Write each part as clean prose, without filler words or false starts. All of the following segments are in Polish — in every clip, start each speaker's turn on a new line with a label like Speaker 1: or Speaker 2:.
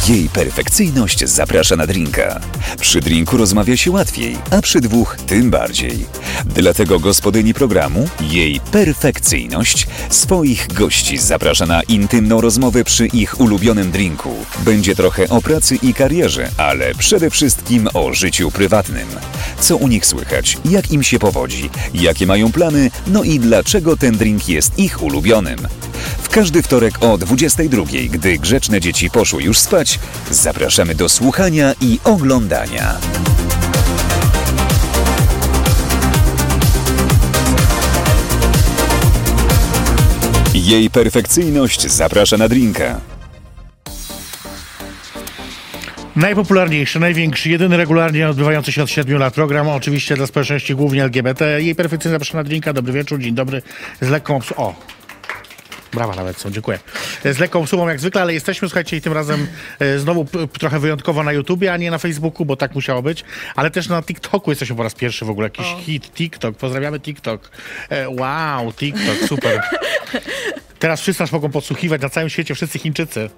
Speaker 1: Jej perfekcyjność zaprasza na drinka. Przy drinku rozmawia się łatwiej, a przy dwóch tym bardziej. Dlatego gospodyni programu, jej perfekcyjność, swoich gości zaprasza na intymną rozmowę przy ich ulubionym drinku. Będzie trochę o pracy i karierze, ale przede wszystkim o życiu prywatnym. Co u nich słychać, jak im się powodzi, jakie mają plany, no i dlaczego ten drink jest ich ulubionym. W każdy wtorek o 22:00, gdy grzeczne dzieci poszły już spać, zapraszamy do słuchania i oglądania. Jej perfekcyjność zaprasza na drinka.
Speaker 2: Najpopularniejszy, największy, jedyny regularnie odbywający się od 7 lat program, oczywiście dla społeczności głównie LGBT. Jej perfekcyjność zaprasza na drinka. Dobry wieczór, dzień dobry. Z lekką obsługą. Brawa nawet są, dziękuję. Z lekką obsługą jak zwykle, ale jesteśmy, słuchajcie, i tym razem znowu trochę wyjątkowo na YouTubie, a nie na Facebooku, bo tak musiało być, ale też na TikToku jesteśmy po raz pierwszy w ogóle. Jakiś hit, TikTok, pozdrawiamy TikTok. Wow, TikTok, super. Teraz wszyscy nas mogą podsłuchiwać na całym świecie, wszyscy Chińczycy.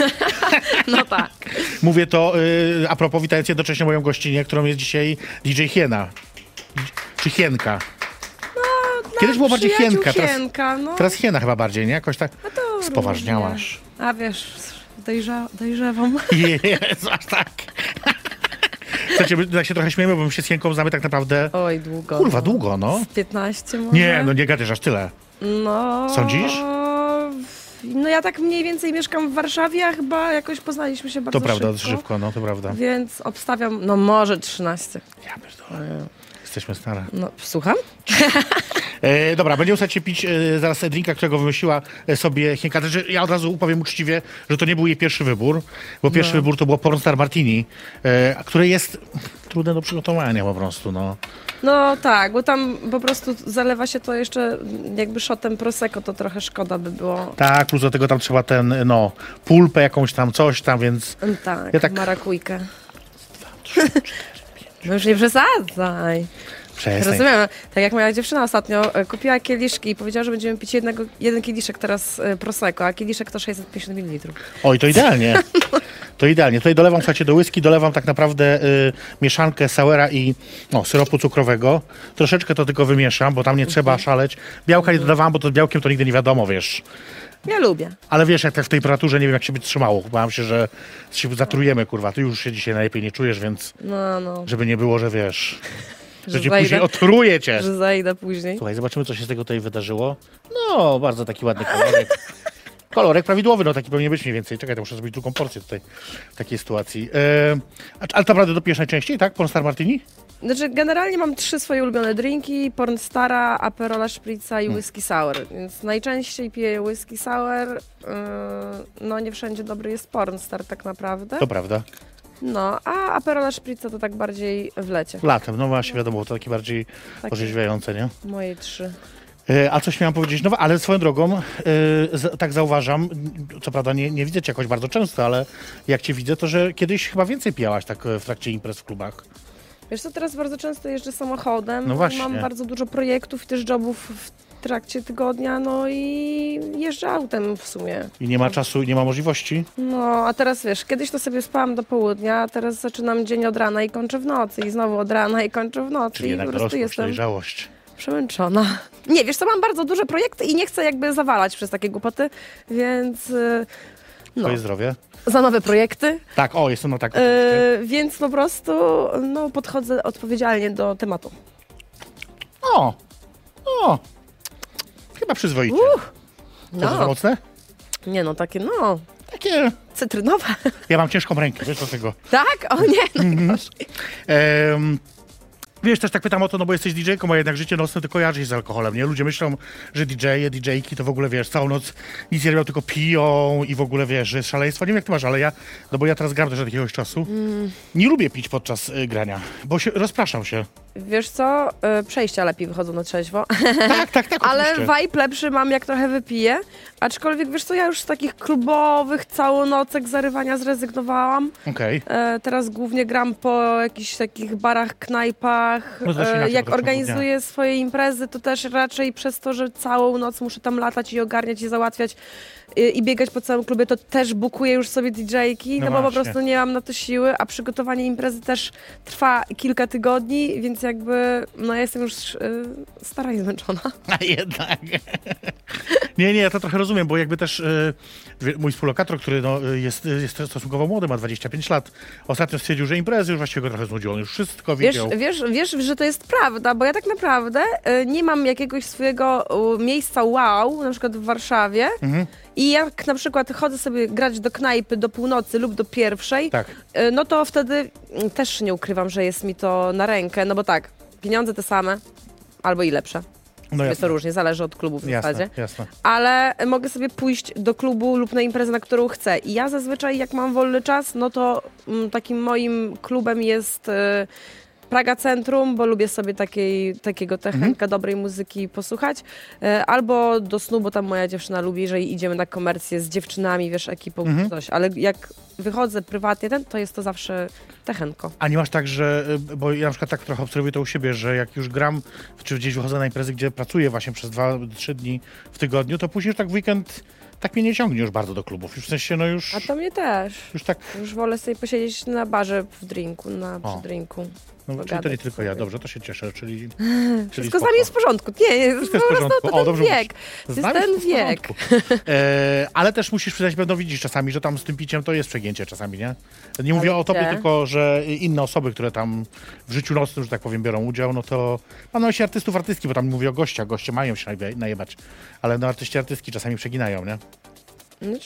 Speaker 3: No tak.
Speaker 2: Mówię to a propos, witając jednocześnie moją gościnię, którą jest dzisiaj DJ Hiena. Czy Hienka? Kiedyś było bardziej Hienka, teraz Hiena chyba bardziej, nie? Jakoś tak spoważniałaś.
Speaker 3: Różnie. A wiesz, dojrzewam.
Speaker 2: Jezu, aż tak. Słuchajcie, my tak się trochę śmiejemy, bo my się z Hienką znamy tak naprawdę...
Speaker 3: Oj, długo.
Speaker 2: Kurwa, długo, no.
Speaker 3: 15 może?
Speaker 2: Nie, no nie gadasz aż tyle.
Speaker 3: No...
Speaker 2: Sądzisz?
Speaker 3: No ja tak mniej więcej mieszkam w Warszawie, a chyba jakoś poznaliśmy się bardzo szybko.
Speaker 2: To prawda, szybko, no to prawda.
Speaker 3: Więc obstawiam, no może 13.
Speaker 2: Ja pierdolę. Jesteśmy stare.
Speaker 3: No, słucham?
Speaker 2: Dobra, będziemy słuchajcie pić zaraz drinka, którego wymyśliła sobie Hienka. Znaczy, ja od razu powiem uczciwie, że to nie był jej pierwszy wybór, bo pierwszy wybór to było Pornstar Martini, które jest trudne do przygotowania po prostu, no.
Speaker 3: No tak, bo tam po prostu zalewa się to jeszcze jakby shotem Prosecco, to trochę szkoda by było.
Speaker 2: Tak, plus do tego tam trzeba pulpę jakąś tam, coś tam, więc...
Speaker 3: Tak,
Speaker 2: ja tak...
Speaker 3: marakujkę. 2, 3, 4, 5, no już nie przesadzaj.
Speaker 2: Przestań.
Speaker 3: Rozumiem. Tak jak moja dziewczyna ostatnio kupiła kieliszki i powiedziała, że będziemy pić jeden kieliszek teraz Prosecco, a kieliszek to 650 ml.
Speaker 2: Oj, to idealnie. To idealnie. Tutaj dolewam, słuchajcie, do whisky dolewam tak naprawdę mieszankę soura i syropu cukrowego. Troszeczkę to tylko wymieszam, bo tam nie trzeba szaleć. Białka nie dodawałam, bo to z białkiem to nigdy nie wiadomo, wiesz.
Speaker 3: Ja lubię.
Speaker 2: Ale wiesz, jak w tej temperaturze nie wiem, jak się by trzymało. Bałam się, że się zatrujemy, kurwa. Ty już się dzisiaj najlepiej nie czujesz, więc
Speaker 3: No.
Speaker 2: żeby nie było, że wiesz... Że cię
Speaker 3: zajdę,
Speaker 2: później otruje cię.
Speaker 3: Że zajdę później.
Speaker 2: Słuchaj, zobaczymy, co się z tego tutaj wydarzyło. No, bardzo taki ładny kolorek. Kolorek prawidłowy, no taki powinien być mniej więcej. Czekaj, to muszę zrobić drugą porcję tutaj w takiej sytuacji. Ale naprawdę dopijesz najczęściej, tak? Pornstar Martini?
Speaker 3: Znaczy, generalnie mam 3 swoje ulubione drinki. Pornstara, Aperola Spritza i whisky sour. Więc najczęściej piję whisky sour. No nie wszędzie dobry jest Pornstar tak naprawdę.
Speaker 2: To prawda.
Speaker 3: No, a Aperola Spritza to tak bardziej w lecie.
Speaker 2: Latem, no właśnie wiadomo, to takie bardziej orzeźwiające, nie?
Speaker 3: Moje 3.
Speaker 2: A coś miałam powiedzieć? No, ale swoją drogą, tak zauważam, co prawda nie widzę cię jakoś bardzo często, ale jak cię widzę, to że kiedyś chyba więcej pijałaś tak w trakcie imprez w klubach.
Speaker 3: Wiesz co, teraz bardzo często jeżdżę samochodem.
Speaker 2: No właśnie.
Speaker 3: Mam bardzo dużo projektów i też jobów w trakcie tygodnia, no i jeżdżę autem w sumie.
Speaker 2: I nie ma czasu, i nie ma możliwości?
Speaker 3: No, a teraz wiesz, kiedyś to sobie spałam do południa, a teraz zaczynam dzień od rana i kończę w nocy i znowu od rana i kończę w nocy.
Speaker 2: Czyli
Speaker 3: i
Speaker 2: jednak
Speaker 3: po prostu jestem
Speaker 2: dojrzałość.
Speaker 3: przemęczona. Nie, wiesz co, mam bardzo duże projekty i nie chcę jakby zawalać przez takie głupoty, więc
Speaker 2: Twoje zdrowie?
Speaker 3: za nowe projekty.
Speaker 2: Tak, jestem na tak.
Speaker 3: Więc po prostu podchodzę odpowiedzialnie do tematu.
Speaker 2: Chyba przyzwoicie. To za mocne?
Speaker 3: Nie no, takie
Speaker 2: Takie...
Speaker 3: cytrynowe.
Speaker 2: Ja mam ciężką rękę, wiesz do tego.
Speaker 3: Tak? O nie, najgorzej.
Speaker 2: Wiesz, też tak pytam o to, no bo jesteś DJ-ką, a jednak życie nocne to kojarzysz z alkoholem, nie? Ludzie myślą, że DJ-e, DJ-ki to w ogóle, wiesz, całą noc nic nie robią, tylko piją i w ogóle, wiesz, że jest szaleństwo. Nie wiem, jak ty masz, ale bo ja teraz gram też od jakiegoś czasu. Nie lubię pić podczas grania, bo rozpraszam się.
Speaker 3: Wiesz co, przejścia lepiej wychodzą na trzeźwo.
Speaker 2: Tak,
Speaker 3: Ale
Speaker 2: oczywiście.
Speaker 3: vibe lepszy mam, jak trochę wypiję. Aczkolwiek, wiesz co, ja już z takich klubowych całonocek zarywania zrezygnowałam.
Speaker 2: Okej.
Speaker 3: Teraz głównie gram po jakichś takich barach, knajpach.
Speaker 2: No to się inaczej
Speaker 3: Jak
Speaker 2: potem
Speaker 3: organizuję swoje imprezy, to też raczej przez to, że całą noc muszę tam latać i ogarniać i załatwiać i biegać po całym klubie, to też bukuję już sobie DJ-ki,
Speaker 2: No
Speaker 3: no bo po
Speaker 2: właśnie.
Speaker 3: prostu nie mam na to siły, a przygotowanie imprezy też trwa kilka tygodni, więc jakby, no ja jestem już stara i zmęczona.
Speaker 2: A jednak. Nie, ja to trochę rozumiem, bo jakby też mój współlokator, który no, jest stosunkowo młody, ma 25 lat, ostatnio stwierdził, że imprezy już właściwie go trochę znudziło. On już wszystko widział.
Speaker 3: Wiesz, że to jest prawda, bo ja tak naprawdę nie mam jakiegoś swojego miejsca wow, na przykład w Warszawie. I jak na przykład chodzę sobie grać do knajpy do północy lub do pierwszej,
Speaker 2: Tak.
Speaker 3: no to wtedy też nie ukrywam, że jest mi to na rękę, no bo tak, pieniądze te same, albo i lepsze.
Speaker 2: No
Speaker 3: Jest to różnie, zależy od klubu w zasadzie.
Speaker 2: Jasne.
Speaker 3: Ale mogę sobie pójść do klubu lub na imprezę, na którą chcę. I ja zazwyczaj, jak mam wolny czas, no to takim moim klubem jest Praga Centrum, bo lubię sobie takiego technika, dobrej muzyki posłuchać. Albo do snu, bo tam moja dziewczyna lubi, jeżeli idziemy na komercję z dziewczynami, wiesz, ekipą, coś. Ale jak wychodzę prywatnie, to jest to zawsze techenko.
Speaker 2: A nie masz tak, że, bo ja na przykład tak trochę obserwuję to u siebie, że jak już gram, czy gdzieś wychodzę na imprezy, gdzie pracuję właśnie przez 2-3 dni w tygodniu, to później już tak w weekend tak mnie nie ciągnie już bardzo do klubów. Już w sensie, no już...
Speaker 3: A to mnie też.
Speaker 2: Już tak...
Speaker 3: Już wolę sobie posiedzieć na barze przy drinku.
Speaker 2: No, czyli to nie tylko ja. Dobrze, to się cieszę, czyli
Speaker 3: Wszystko z nami jest w porządku. Nie, jest
Speaker 2: Wszystko jest w porządku.
Speaker 3: to ten
Speaker 2: dobrze
Speaker 3: wiek.
Speaker 2: mówisz.
Speaker 3: To jest ten wiek.
Speaker 2: Ale też musisz przyznać, pewno widzisz czasami, że tam z tym piciem to jest przegięcie czasami, nie? Nie mówię o tobie,
Speaker 3: gdzie?
Speaker 2: tylko że inne osoby, które tam w życiu nocnym, że tak powiem, biorą udział, no to mam na myśli artystów, artystki, bo tam mówię o gościach. Goście mają się najebać, ale no artyści, artystki czasami przeginają, nie?
Speaker 3: Znaczy...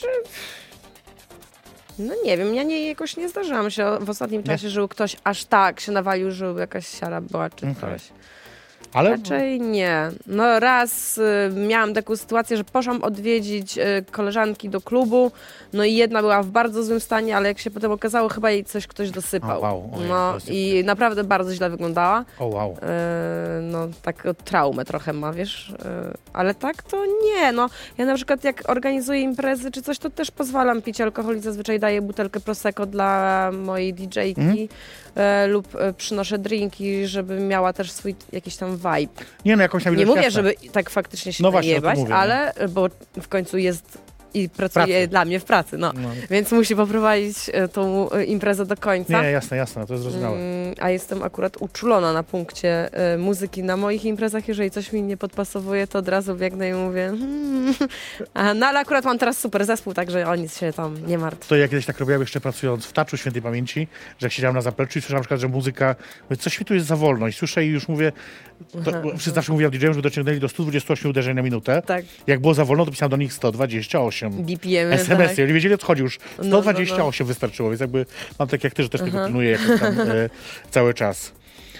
Speaker 3: No nie wiem, jakoś nie zdarzyłam się w ostatnim czasie, że ktoś aż tak się nawalił, że jakaś siara była czy coś.
Speaker 2: Ale...
Speaker 3: Raczej nie. No raz miałam taką sytuację, że poszłam odwiedzić koleżanki do klubu, no i jedna była w bardzo złym stanie, ale jak się potem okazało, chyba jej coś ktoś dosypał.
Speaker 2: Ojej,
Speaker 3: no i naprawdę bardzo źle wyglądała.
Speaker 2: wow.
Speaker 3: No taką traumę trochę ma, wiesz. Ale tak to nie, no. Ja na przykład jak organizuję imprezy czy coś, to też pozwalam pić alkohol i zazwyczaj daję butelkę Prosecco dla mojej DJ-ki lub przynoszę drinki, żeby miała też swój jakiś tam vibe.
Speaker 2: Nie, no jakąś tam
Speaker 3: Nie
Speaker 2: ilość
Speaker 3: mówię,
Speaker 2: jasne.
Speaker 3: żeby tak faktycznie się
Speaker 2: No właśnie, o tym
Speaker 3: najebać,
Speaker 2: mówię,
Speaker 3: ale bo w końcu jest i pracuje
Speaker 2: Pracy.
Speaker 3: dla mnie w pracy, no. Więc musi poprowadzić tą imprezę do końca.
Speaker 2: Nie, jasne, to jest zrozumiałe.
Speaker 3: A jestem akurat uczulona na punkcie muzyki na moich imprezach. Jeżeli coś mi nie podpasowuje, to od razu biegnę i mówię no ale akurat mam teraz super zespół, także o nic się tam nie martw.
Speaker 2: To ja kiedyś tak robiłem jeszcze pracując w Taczu Świętej Pamięci, że jak siedziałem na zapleczu i słyszałem na przykład, że muzyka, mówię, coś mi tu jest za wolno i słyszę i już mówię, wszyscy zawsze mówiłem DJ-om, żeby dociągnęli do 128 uderzeń na minutę.
Speaker 3: Tak.
Speaker 2: Jak było za wolno, to pisałem do nich 128.
Speaker 3: BPM,
Speaker 2: SMS-y,
Speaker 3: tak.
Speaker 2: oni wiedzieli, o co chodzi już.
Speaker 3: No,
Speaker 2: 128 wystarczyło, więc jakby mam tak jak ty, że też tego pilnuję jakoś tam cały czas.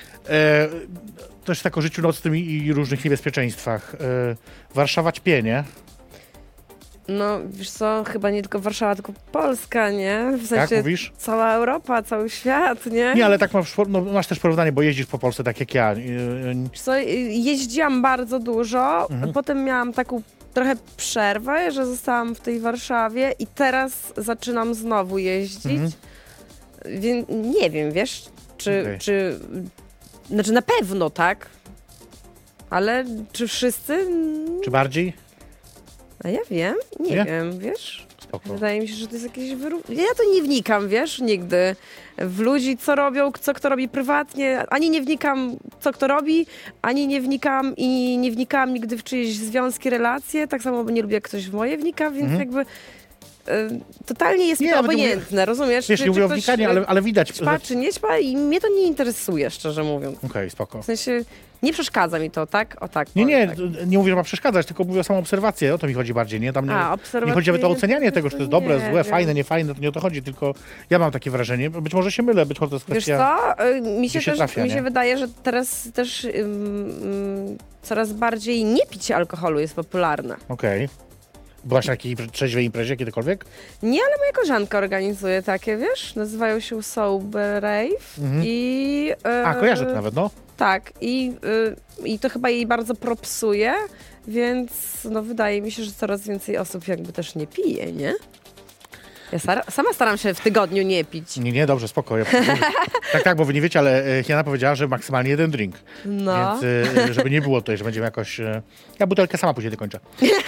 Speaker 2: Też tak o życiu nocnym i różnych niebezpieczeństwach. Warszawa ćpie, nie?
Speaker 3: No, wiesz co, chyba nie tylko Warszawa, tylko Polska, nie? W sensie
Speaker 2: Tak mówisz?
Speaker 3: cała Europa, cały świat, nie?
Speaker 2: Nie, ale tak masz też porównanie, bo jeździsz po Polsce tak jak ja.
Speaker 3: Wiesz co, jeździłam bardzo dużo, potem miałam taką trochę przerwę, że zostałam w tej Warszawie i teraz zaczynam znowu jeździć. Więc nie wiem, wiesz, czy znaczy na pewno tak, ale czy wszyscy?
Speaker 2: Czy bardziej?
Speaker 3: A ja wiem, nie
Speaker 2: Nie?
Speaker 3: wiem, wiesz?
Speaker 2: Spoko.
Speaker 3: Wydaje mi się, że to jest jakieś Ja to nie wnikam, wiesz, nigdy. W ludzi, co robią, co kto robi prywatnie. Ani nie wnikam, co kto robi, ani nie wnikam i nie wnikałam nigdy w czyjeś związki, relacje. Tak samo nie lubię, jak ktoś w moje wnika, więc jakby totalnie jest mi to obojętne, rozumiesz?
Speaker 2: Wiesz, nie mówię o wnikaniu, ale widać.
Speaker 3: Ćpa czy nie ćpa i mnie to nie interesuje, szczerze mówiąc.
Speaker 2: Okej, spoko.
Speaker 3: W sensie nie przeszkadza mi to, tak? O tak.
Speaker 2: Nie,
Speaker 3: tak.
Speaker 2: nie mówię, że ma przeszkadzać, tylko mówię o samą obserwację, o to mi chodzi bardziej, nie? Tam nie chodzi nawet o ocenianie tego, czy to jest dobre, złe, fajne, niefajne, to nie o to chodzi, tylko ja mam takie wrażenie, być może się mylę, być może to jest
Speaker 3: Wiesz
Speaker 2: kwestia...
Speaker 3: co, mi się wydaje, że teraz też coraz bardziej nie picie alkoholu jest popularne.
Speaker 2: Okej. Byłaś na jakiej trzeźwej imprezie kiedykolwiek?
Speaker 3: Nie, ale moja koleżanka organizuje takie, wiesz, nazywają się Sober Rave i...
Speaker 2: Kojarzę to nawet, no.
Speaker 3: Tak, i to chyba jej bardzo propsuje, więc no wydaje mi się, że coraz więcej osób jakby też nie pije, nie? Ja sama staram się w tygodniu nie pić.
Speaker 2: Nie, dobrze, spoko. Tak, bo wy nie wiecie, ale Hiena powiedziała, że maksymalnie 1 drink.
Speaker 3: No.
Speaker 2: Więc żeby nie było tutaj, że będziemy jakoś... Ja butelkę sama później dokończę.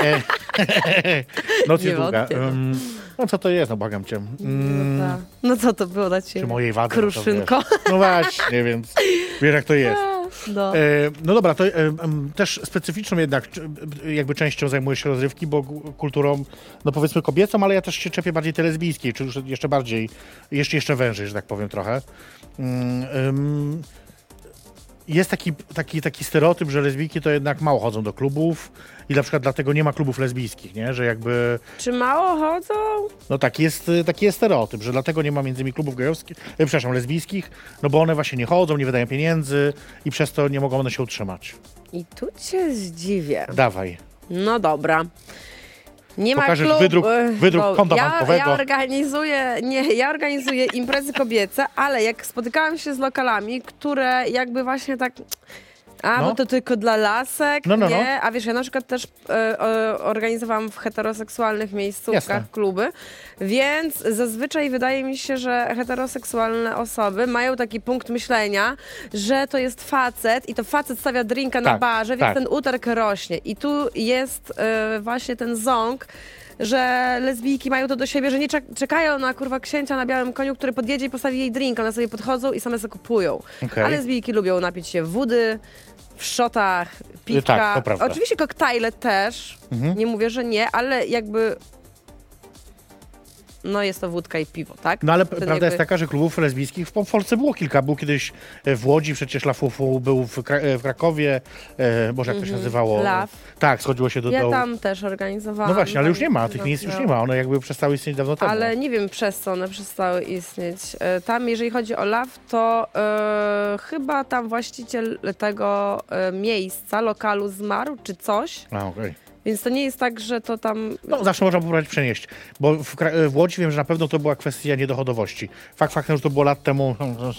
Speaker 2: Noc jest długa. No co to jest, no błagam cię.
Speaker 3: No co to było dla ciebie?
Speaker 2: Czy mojej wady?
Speaker 3: Kruszynko.
Speaker 2: No, no właśnie, więc wiesz jak to jest.
Speaker 3: No.
Speaker 2: No dobra, to też specyficzną jednak jakby częścią zajmuję się rozrywki, bo kulturą, no powiedzmy kobiecą, ale ja też się czepię bardziej tej lesbijskiej, czy już jeszcze bardziej, jeszcze wężej, że tak powiem trochę. Jest taki stereotyp, że lesbijki to jednak mało chodzą do klubów i na przykład dlatego nie ma klubów lesbijskich, nie? Że jakby...
Speaker 3: Czy mało chodzą?
Speaker 2: No taki jest stereotyp, że dlatego nie ma między innymi klubów gejowskich, lesbijskich, no bo one właśnie nie chodzą, nie wydają pieniędzy i przez to nie mogą one się utrzymać.
Speaker 3: I tu cię zdziwię.
Speaker 2: Dawaj.
Speaker 3: No dobra. Nie
Speaker 2: Pokażesz
Speaker 3: ma klubu.
Speaker 2: wydruk konta bankowego.
Speaker 3: Ja organizuję imprezy kobiece, ale jak spotykałam się z lokalami, które jakby właśnie tak... bo to tylko dla lasek, nie? A wiesz, ja na przykład też organizowałam w heteroseksualnych miejscówkach kluby, więc zazwyczaj wydaje mi się, że heteroseksualne osoby mają taki punkt myślenia, że to jest facet i to facet stawia drinka na barze, więc ten utarg rośnie. I tu jest właśnie ten ząg, że lesbijki mają to do siebie, że nie czekają na księcia na białym koniu, który podjedzie i postawi jej drink. One sobie podchodzą i same zakupują. Okay. A lesbijki lubią napić się wody, w szotach, piwka.
Speaker 2: Tak, to prawda.
Speaker 3: Oczywiście koktajle też, nie mówię, że nie, ale jakby... No jest to wódka i piwo, tak?
Speaker 2: No ale prawda jest taka, że klubów lesbijskich w Polsce było kilka. Był kiedyś w Łodzi, przecież Lafufu, był w Krakowie, może jak to się nazywało?
Speaker 3: Laf.
Speaker 2: Tak, schodziło się do...
Speaker 3: Ja tam też organizowałam.
Speaker 2: No właśnie, ale już nie ma, tych miejsc już nie ma. One jakby przestały istnieć dawno temu.
Speaker 3: Ale nie wiem przez co one przestały istnieć. Tam, jeżeli chodzi o Laf, to chyba tam właściciel tego miejsca, lokalu zmarł, czy coś.
Speaker 2: Okej.
Speaker 3: Więc to nie jest tak, że to tam...
Speaker 2: No zawsze można próbować przenieść, bo w Łodzi wiem, że na pewno to była kwestia niedochodowości. Faktem, że to było lat temu,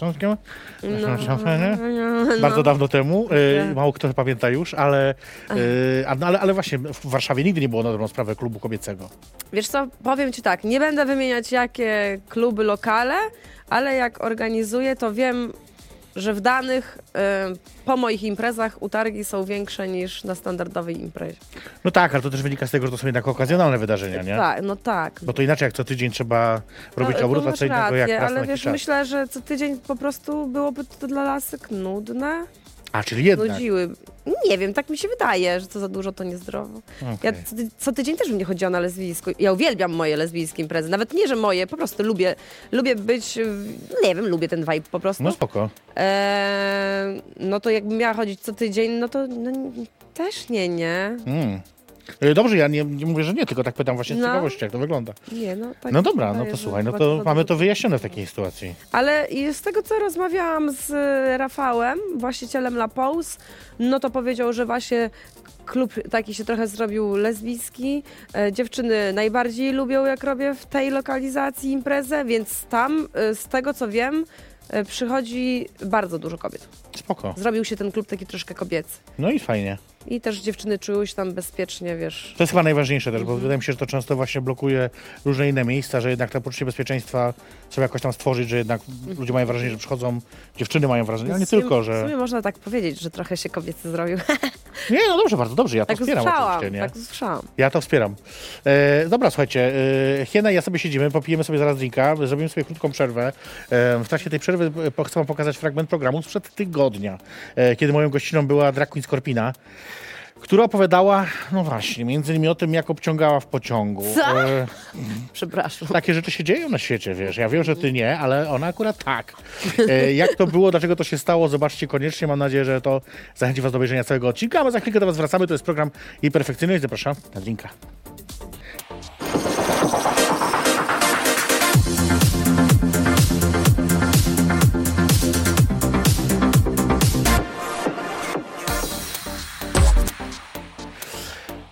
Speaker 2: bardzo dawno temu, mało kto pamięta już, ale właśnie w Warszawie nigdy nie było na dobrą sprawę klubu kobiecego.
Speaker 3: Wiesz co, powiem ci tak, nie będę wymieniać jakie kluby, lokale, ale jak organizuję, to wiem, że w danych po moich imprezach utargi są większe niż na standardowej imprezie.
Speaker 2: No tak, ale to też wynika z tego, że to są jednak okazjonalne wydarzenia, nie?
Speaker 3: Tak, no tak.
Speaker 2: Bo to inaczej jak co tydzień trzeba robić obrót, a co innego jak raz
Speaker 3: ale
Speaker 2: na
Speaker 3: wiesz,
Speaker 2: czas.
Speaker 3: Myślę, że co tydzień po prostu byłoby to dla lasek nudne.
Speaker 2: A, czyli jednak.
Speaker 3: Nudziły. Nie wiem, tak mi się wydaje, że to za dużo, to niezdrowo.
Speaker 2: Okay.
Speaker 3: Ja co tydzień też bym nie chodziła na lesbijsku. Ja uwielbiam moje lesbijskie imprezy. Nawet nie, że moje, po prostu lubię być, nie wiem, lubię ten vibe po prostu.
Speaker 2: No spoko.
Speaker 3: No to jakbym miała chodzić co tydzień, no to też nie.
Speaker 2: Dobrze, ja nie mówię, że nie, tylko tak pytam właśnie z ciekawości, jak to wygląda.
Speaker 3: Nie, tak
Speaker 2: no dobra, no to słuchaj, no to mamy to wyjaśnione w takiej sytuacji.
Speaker 3: Ale z tego, co rozmawiałam z Rafałem, właścicielem La Pause, no to powiedział, że właśnie klub taki się trochę zrobił lesbijski. Dziewczyny najbardziej lubią, jak robię w tej lokalizacji imprezę, więc tam, z tego co wiem, przychodzi bardzo dużo kobiet.
Speaker 2: Spoko.
Speaker 3: Zrobił się ten klub taki troszkę kobiecy.
Speaker 2: No i fajnie.
Speaker 3: I też dziewczyny czuły się tam bezpiecznie, wiesz.
Speaker 2: To jest chyba najważniejsze też, bo wydaje mi się, że to często właśnie blokuje różne inne miejsca, że jednak to poczucie bezpieczeństwa trzeba jakoś tam stworzyć, że jednak ludzie mają wrażenie, że przychodzą, dziewczyny mają wrażenie, ale nie tylko, że...
Speaker 3: W sumie można tak powiedzieć, że trochę się kobiecy zrobił.
Speaker 2: Nie, no dobrze, bardzo dobrze, ja to wspieram oczywiście, nie?
Speaker 3: Tak usłyszałam.
Speaker 2: Ja to wspieram. Dobra, słuchajcie, Hiena i ja sobie siedzimy, popijemy sobie zaraz drinka, zrobimy sobie krótką przerwę. W trakcie tej przerwy chcę wam pokazać fragment programu sprzed tygodnia, kiedy moją gościną była drag queen Skorpina, która opowiadała, no właśnie, między innymi o tym, jak obciągała w pociągu.
Speaker 3: Co? Przepraszam.
Speaker 2: Takie rzeczy się dzieją na świecie, wiesz. Ja wiem, że ty nie, ale ona akurat tak. Jak to było, dlaczego to się stało, zobaczcie koniecznie. Mam nadzieję, że to zachęci was do obejrzenia całego odcinka, a my za chwilkę do was wracamy. To jest program Jej Perfekcyjność. Zapraszam na drinka.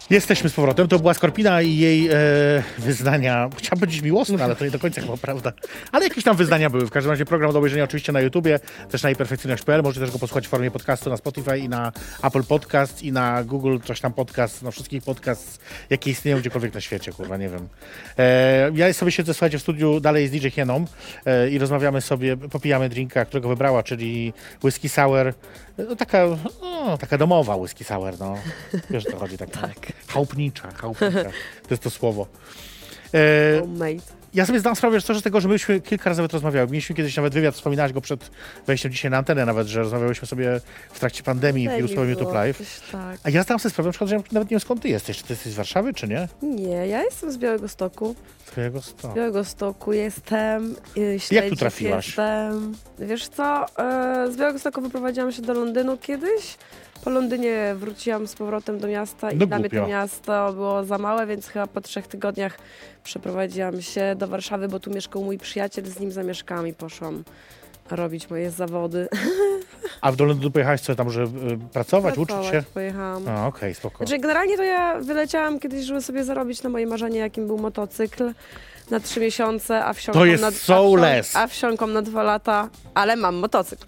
Speaker 2: Jesteśmy z powrotem. To była Skorpina i jej wyznania. Chciałbym powiedzieć miłosne, ale to nie do końca chyba prawda. Ale jakieś tam wyznania były. W każdym razie program do obejrzenia oczywiście na YouTubie, też na perfekcyjność.pl. Możecie też go posłuchać w formie podcastu na Spotify i na Apple Podcast i na Google, coś tam podcast, na wszystkich podcast, jakie istnieją gdziekolwiek na świecie, kurwa, nie wiem. Ja sobie siedzę, słuchajcie, w studiu dalej z DJ Hieną i rozmawiamy sobie, popijamy drinka, którego wybrała, czyli whisky sour. No, taka domowa whisky sour, no. Wiesz, o co chodzi, taka chałupnicza. To jest to słowo.
Speaker 3: Homemade.
Speaker 2: Ja sobie zdam sprawę, że z tego, że myśmy kilka razy nawet rozmawiały. Mieliśmy kiedyś nawet wywiad, wspominałaś go przed wejściem dzisiaj na antenę nawet, że rozmawiałyśmy sobie w trakcie pandemii w wirusowym YouTube Live.
Speaker 3: Tak.
Speaker 2: A ja zdam sobie sprawę, na przykład, że ja nawet nie wiem, skąd ty jesteś. Czy ty jesteś z Warszawy, czy nie?
Speaker 3: Nie, ja jestem z Białegostoku.
Speaker 2: Z
Speaker 3: Białegostoku jestem.
Speaker 2: Jak tu trafiłaś?
Speaker 3: Jestem. Wiesz co, z Białegostoku wyprowadziłam się do Londynu kiedyś. Po Londynie wróciłam z powrotem do miasta i
Speaker 2: No
Speaker 3: dla mnie
Speaker 2: głupio.
Speaker 3: to miasto było za małe, więc chyba po 3 tygodniach przeprowadziłam się do Warszawy, bo tu mieszkał mój przyjaciel, z nim zamieszkałam i poszłam robić moje zawody.
Speaker 2: A do Londynu pojechałaś co tam, żeby pracować, uczyć się?
Speaker 3: Pojechałam.
Speaker 2: A, okej, spoko.
Speaker 3: Znaczy, generalnie to ja wyleciałam kiedyś, żeby sobie zarobić na moje marzenie, jakim był motocykl na 3 miesiące, a wsiąkłam
Speaker 2: To jest soulless.
Speaker 3: a wsiąkłam na 2 lata, ale mam motocykl.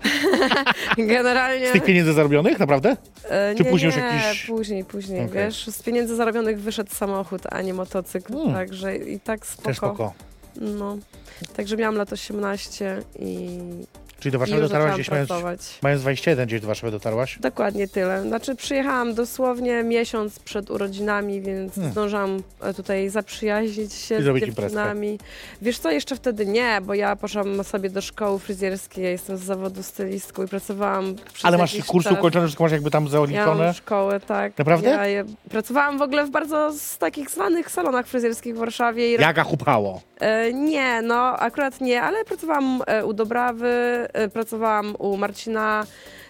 Speaker 3: Generalnie...
Speaker 2: Z tych pieniędzy zarobionych, naprawdę? Czy
Speaker 3: nie,
Speaker 2: później już
Speaker 3: nie,
Speaker 2: jakiś...
Speaker 3: później,
Speaker 2: Okej.
Speaker 3: wiesz, z pieniędzy zarobionych wyszedł samochód, a nie motocykl, także i tak spoko.
Speaker 2: Też spoko.
Speaker 3: No, także miałam lat 18 i
Speaker 2: Czyli do
Speaker 3: i
Speaker 2: Warszawy
Speaker 3: już
Speaker 2: dotarłaś
Speaker 3: zaczęłam
Speaker 2: gdzieś
Speaker 3: pracować.
Speaker 2: mając 21, gdzieś do Warszawy dotarłaś?
Speaker 3: Dokładnie tyle. Znaczy przyjechałam dosłownie miesiąc przed urodzinami, więc zdążyłam tutaj zaprzyjaźnić się
Speaker 2: I
Speaker 3: z
Speaker 2: zrobić
Speaker 3: dziewczynami. Wiesz co, jeszcze wtedy nie, bo ja poszłam sobie do szkoły fryzjerskiej, ja jestem z zawodu stylistką i pracowałam przez
Speaker 2: Ale masz
Speaker 3: jakiś
Speaker 2: kursy
Speaker 3: czas.
Speaker 2: ukończone, wszystko masz jakby tam
Speaker 3: Ja
Speaker 2: zaliczone?
Speaker 3: mam szkołę, tak.
Speaker 2: Naprawdę?
Speaker 3: Pracowałam w ogóle w bardzo takich znanych salonach fryzjerskich w Warszawie.
Speaker 2: Jaka chupało?
Speaker 3: Nie, no akurat nie, ale pracowałam u Dobrawy, pracowałam u Marcina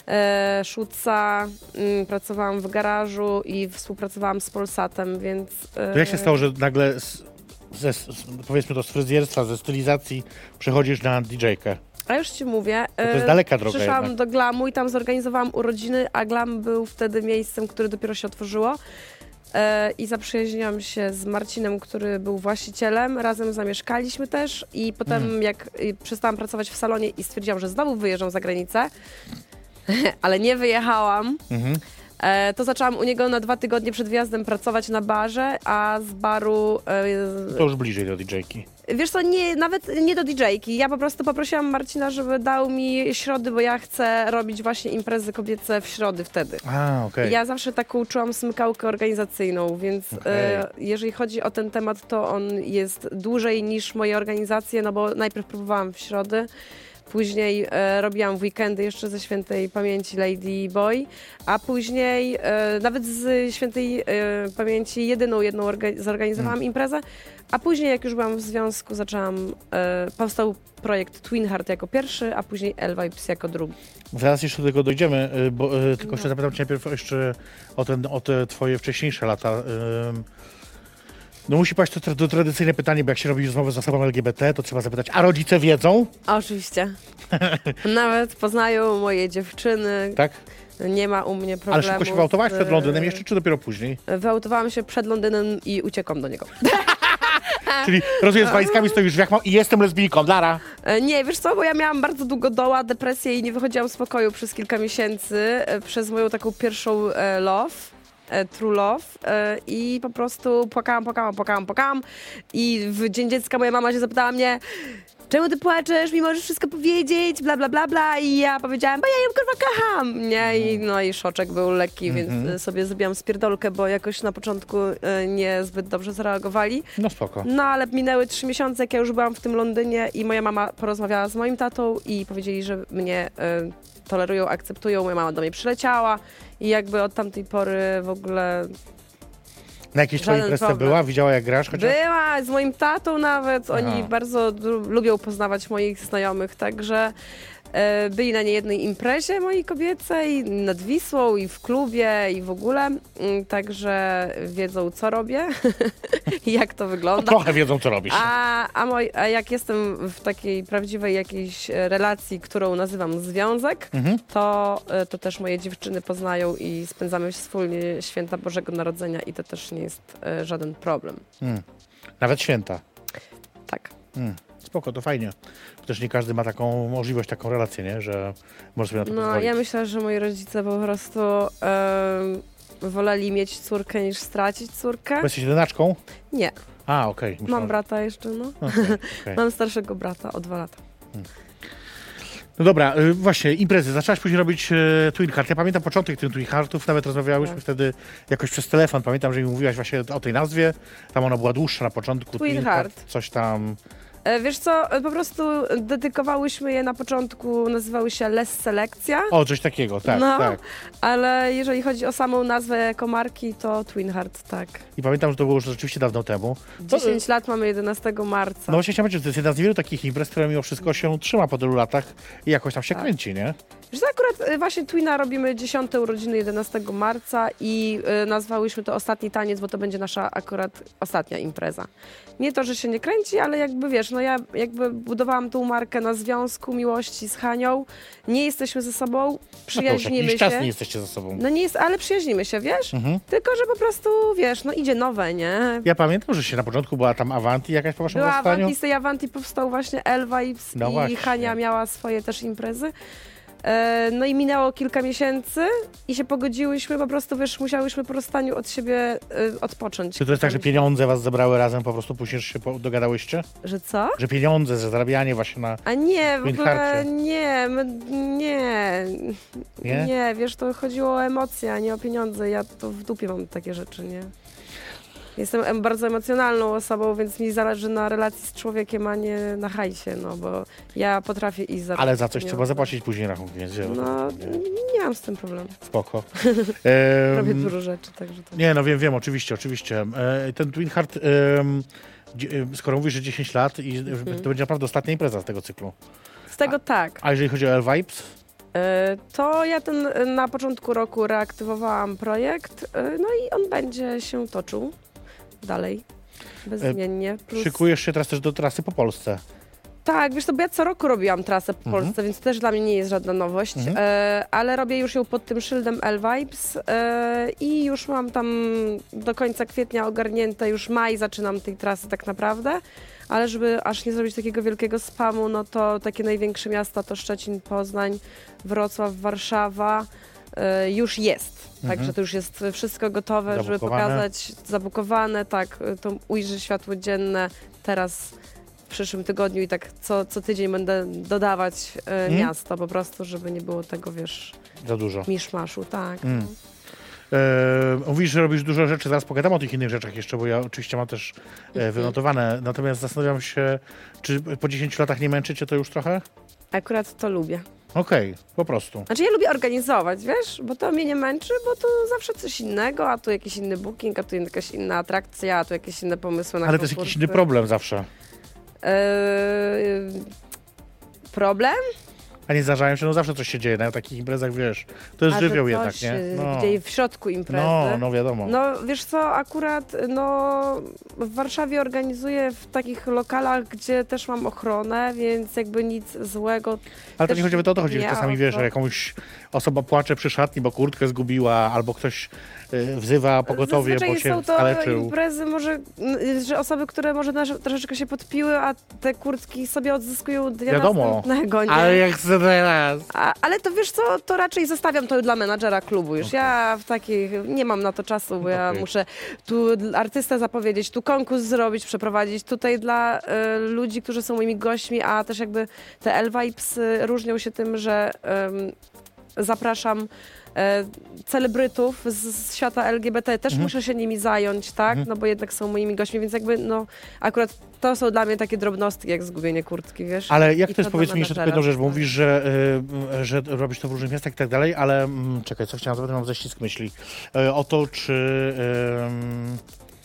Speaker 3: Szuca, pracowałam w garażu i współpracowałam z Polsatem, więc...
Speaker 2: To jak się stało, że nagle powiedzmy to z fryzjerstwa, ze stylizacji przechodzisz na DJ-kę?
Speaker 3: A już ci mówię.
Speaker 2: To jest daleka droga
Speaker 3: Przyszłam
Speaker 2: jednak.
Speaker 3: do Glamu i tam zorganizowałam urodziny, a Glam był wtedy miejscem, które dopiero się otworzyło. I zaprzyjaźniłam się z Marcinem, który był właścicielem. Razem zamieszkaliśmy też i potem jak przestałam pracować w salonie i stwierdziłam, że znowu wyjeżdżam za granicę, ale nie wyjechałam. To zaczęłam u niego na 2 tygodnie przed wyjazdem pracować na barze, a z baru...
Speaker 2: To już bliżej do DJ-ki.
Speaker 3: Wiesz co, nawet nie do DJ-ki. Ja po prostu poprosiłam Marcina, żeby dał mi środy, bo ja chcę robić właśnie imprezy kobiece w środy wtedy.
Speaker 2: A, okej.
Speaker 3: Ja zawsze taką czułam smykałkę organizacyjną, więc jeżeli chodzi o ten temat, to on jest dłużej niż moje organizacje, no bo najpierw próbowałam w środy, później robiłam w weekendy jeszcze ze świętej pamięci Lady Boy, a później nawet z świętej pamięci jedną zorganizowałam imprezę, a później jak już byłam w związku, powstał projekt Twin Heart jako pierwszy, a później L-Vibes jako drugi.
Speaker 2: Zaraz jeszcze do tego dojdziemy, bo tylko jeszcze zapytam cię najpierw jeszcze o te twoje wcześniejsze lata. No musi paść to tradycyjne pytanie, bo jak się robi rozmowę z osobą LGBT, to trzeba zapytać, a rodzice wiedzą?
Speaker 3: Oczywiście. Nawet poznają moje dziewczyny.
Speaker 2: Tak?
Speaker 3: Nie ma u mnie problemu.
Speaker 2: Ale szybko się wyautowałaś przed Londynem jeszcze, czy dopiero później?
Speaker 3: Wyautowałam się przed Londynem i uciekłam do niego.
Speaker 2: Czyli rozumiem, z walizkami stoisz w jak i jestem lesbijką, Lara.
Speaker 3: Nie, wiesz co, bo ja miałam bardzo długo doła, depresję i nie wychodziłam z pokoju przez kilka miesięcy przez moją taką pierwszą true love i po prostu płakałam i w Dzień Dziecka moja mama się zapytała mnie, czemu ty płaczesz, mi możesz wszystko powiedzieć, bla bla bla bla i ja powiedziałam, bo ja ją kurwa kocham, nie? I szoczek był lekki, więc sobie zrobiłam spierdolkę, bo jakoś na początku niezbyt dobrze zareagowali.
Speaker 2: No spoko.
Speaker 3: No ale minęły 3 miesiące, jak ja już byłam w tym Londynie i moja mama porozmawiała z moim tatą i powiedzieli, że mnie tolerują, akceptują, moja mama do mnie przyleciała i jakby od tamtej pory w ogóle...
Speaker 2: Na jakiejś twojej imprezie była? Widziała jak grasz chociaż?
Speaker 3: Była, z moim tatą nawet. Oni bardzo lubią poznawać moich znajomych, także byli na niejednej imprezie mojej kobiecej, nad Wisłą i w klubie i w ogóle, także wiedzą, co robię i jak to wygląda.
Speaker 2: Trochę wiedzą, co robisz.
Speaker 3: A jak jestem w takiej prawdziwej jakiejś relacji, którą nazywam związek, to też moje dziewczyny poznają i spędzamy wspólnie święta Bożego Narodzenia i to też nie jest żaden problem.
Speaker 2: Nawet święta.
Speaker 3: Tak.
Speaker 2: Spoko, to fajnie. Też nie każdy ma taką możliwość, taką relację, nie? Że może sobie na to pozwolić.
Speaker 3: Ja myślę, że moi rodzice po prostu woleli mieć córkę niż stracić córkę.
Speaker 2: Bo jesteś jedynaczką?
Speaker 3: Nie.
Speaker 2: Okej.
Speaker 3: Mam brata jeszcze,
Speaker 2: Okay.
Speaker 3: Mam starszego brata o 2 lata.
Speaker 2: No dobra, właśnie, imprezy. Zaczęłaś później robić Twin Heart. Ja pamiętam początek tych Twin Heartów, nawet rozmawiałyśmy wtedy jakoś przez telefon. Pamiętam, że mi mówiłaś właśnie o tej nazwie. Tam ona była dłuższa na początku.
Speaker 3: Twin Heart.
Speaker 2: Coś tam...
Speaker 3: Wiesz co, po prostu dedykowałyśmy je na początku, nazywały się Les Selekcja.
Speaker 2: O, coś takiego, tak.
Speaker 3: Ale jeżeli chodzi o samą nazwę jako marki, to Twin Heart, tak.
Speaker 2: I pamiętam, że to było już rzeczywiście dawno temu.
Speaker 3: 10 lat mamy 11 marca.
Speaker 2: No właśnie chciałem powiedzieć, że to jest jedna z niewielu takich imprez, która mimo wszystko się trzyma po tylu latach i jakoś tam się kręci, nie?
Speaker 3: Wiesz co, akurat właśnie Twina robimy 10. urodziny 11 marca i nazwałyśmy to Ostatni Taniec, bo to będzie nasza akurat ostatnia impreza. Nie to, że się nie kręci, ale jakby wiesz, no ja jakby budowałam tą markę na związku, miłości z Hanią. Nie jesteśmy ze sobą, przyjaźnimy się.
Speaker 2: Czas nie jesteście ze sobą.
Speaker 3: No nie jest, ale przyjaźnimy się, wiesz? Tylko, że po prostu, wiesz, no idzie nowe, nie?
Speaker 2: Ja pamiętam, że się na początku była tam Avanti jakaś po waszym
Speaker 3: Była
Speaker 2: rozstaniu.
Speaker 3: Avanti, z tej Avanti powstał właśnie L-Vibes
Speaker 2: No
Speaker 3: i
Speaker 2: właśnie.
Speaker 3: Hania miała swoje też imprezy. No i minęło kilka miesięcy i się pogodziłyśmy, po prostu wiesz, musiałyśmy po rozstaniu od siebie odpocząć.
Speaker 2: Czy to jest tak, że pieniądze was zebrały razem, po prostu później się dogadałyście?
Speaker 3: Że co?
Speaker 2: Że pieniądze, że zarabianie właśnie na...
Speaker 3: A nie, w
Speaker 2: Twin
Speaker 3: ogóle
Speaker 2: Hearcie.
Speaker 3: nie, wiesz, to chodziło o emocje, a nie o pieniądze. Ja to w dupie mam takie rzeczy, nie? Jestem bardzo emocjonalną osobą, więc mi zależy na relacji z człowiekiem, a nie na hajsie, no bo ja potrafię iść za...
Speaker 2: Ale za coś
Speaker 3: pieniądze.
Speaker 2: trzeba zapłacić później rachunki, więc...
Speaker 3: No, nie mam z tym problemu.
Speaker 2: Spoko.
Speaker 3: Robię dużo rzeczy, także to...
Speaker 2: Nie, no wiem, oczywiście. Ten Twin Heart, skoro mówisz, że 10 lat i to będzie naprawdę ostatnia impreza z tego cyklu.
Speaker 3: Z tego tak.
Speaker 2: A jeżeli chodzi o L-Vibes?
Speaker 3: To ja na początku roku reaktywowałam projekt, no i on będzie się toczył dalej, bezmiennie. Plus...
Speaker 2: Szykujesz się teraz też do trasy po Polsce.
Speaker 3: Tak, wiesz co, bo ja co roku robiłam trasę po Polsce, więc też dla mnie nie jest żadna nowość, ale robię już ją pod tym szyldem L-Vibes i już mam tam do końca kwietnia ogarnięte, już maj zaczynam tej trasy tak naprawdę, ale żeby aż nie zrobić takiego wielkiego spamu, no to takie największe miasta to Szczecin, Poznań, Wrocław, Warszawa już jest. Także to już jest wszystko gotowe, żeby pokazać, zabukowane, tak, to ujrzy światło dzienne teraz w przyszłym tygodniu i tak co tydzień będę dodawać miasto po prostu, żeby nie było tego, wiesz,
Speaker 2: za dużo.
Speaker 3: Miszmaszu, tak.
Speaker 2: Mówisz, że robisz dużo rzeczy, zaraz pogadam o tych innych rzeczach jeszcze, bo ja oczywiście mam też wynotowane, natomiast zastanawiam się, czy po 10 latach nie męczycie to już trochę?
Speaker 3: Akurat to lubię.
Speaker 2: Okej, po prostu.
Speaker 3: Znaczy ja lubię organizować, wiesz, bo to mnie nie męczy, bo to zawsze coś innego, a tu jakiś inny booking, a tu jakaś inna atrakcja, a tu jakieś inne pomysły na
Speaker 2: Ale to jest jakiś inny problem zawsze.
Speaker 3: Problem?
Speaker 2: A nie zdarzają się, no zawsze coś się dzieje na takich imprezach, wiesz. To jest żywioł jednak, nie?
Speaker 3: Gdzie w środku imprezy.
Speaker 2: No wiadomo.
Speaker 3: No wiesz co, akurat w Warszawie organizuję w takich lokalach, gdzie też mam ochronę, więc jakby nic złego.
Speaker 2: Ale to nie chodzi o to, chodzi, że czasami wiesz,
Speaker 3: to...
Speaker 2: że jakąś osoba płacze przy szatni, bo kurtkę zgubiła, albo ktoś wzywa pogotowie, bo się
Speaker 3: są to
Speaker 2: skaleczył.
Speaker 3: imprezy może, że osoby, które może troszeczkę się podpiły, a te kurtki sobie odzyskują dnia następnego, nie?
Speaker 2: Ale jak teraz.
Speaker 3: Ale to wiesz co, to raczej zostawiam to dla menadżera klubu już. Ja w takich nie mam na to czasu, bo ja muszę tu artystę zapowiedzieć, tu konkurs zrobić, przeprowadzić. Tutaj dla ludzi, którzy są moimi gośćmi, a też jakby te L-Vibes różnią się tym, że zapraszam celebrytów z świata LGBT, też muszę się nimi zająć, tak? No bo jednak są moimi gośćmi, więc jakby akurat to są dla mnie takie drobnostki, jak zgubienie kurtki, wiesz?
Speaker 2: Ale jak to jest, powiedz mi jeszcze tylko jedną rzecz, bo mówisz, że robisz to w różnych miastach i tak dalej, ale czekaj, co chciałam zapytać, mam ześcisk myśli. O to,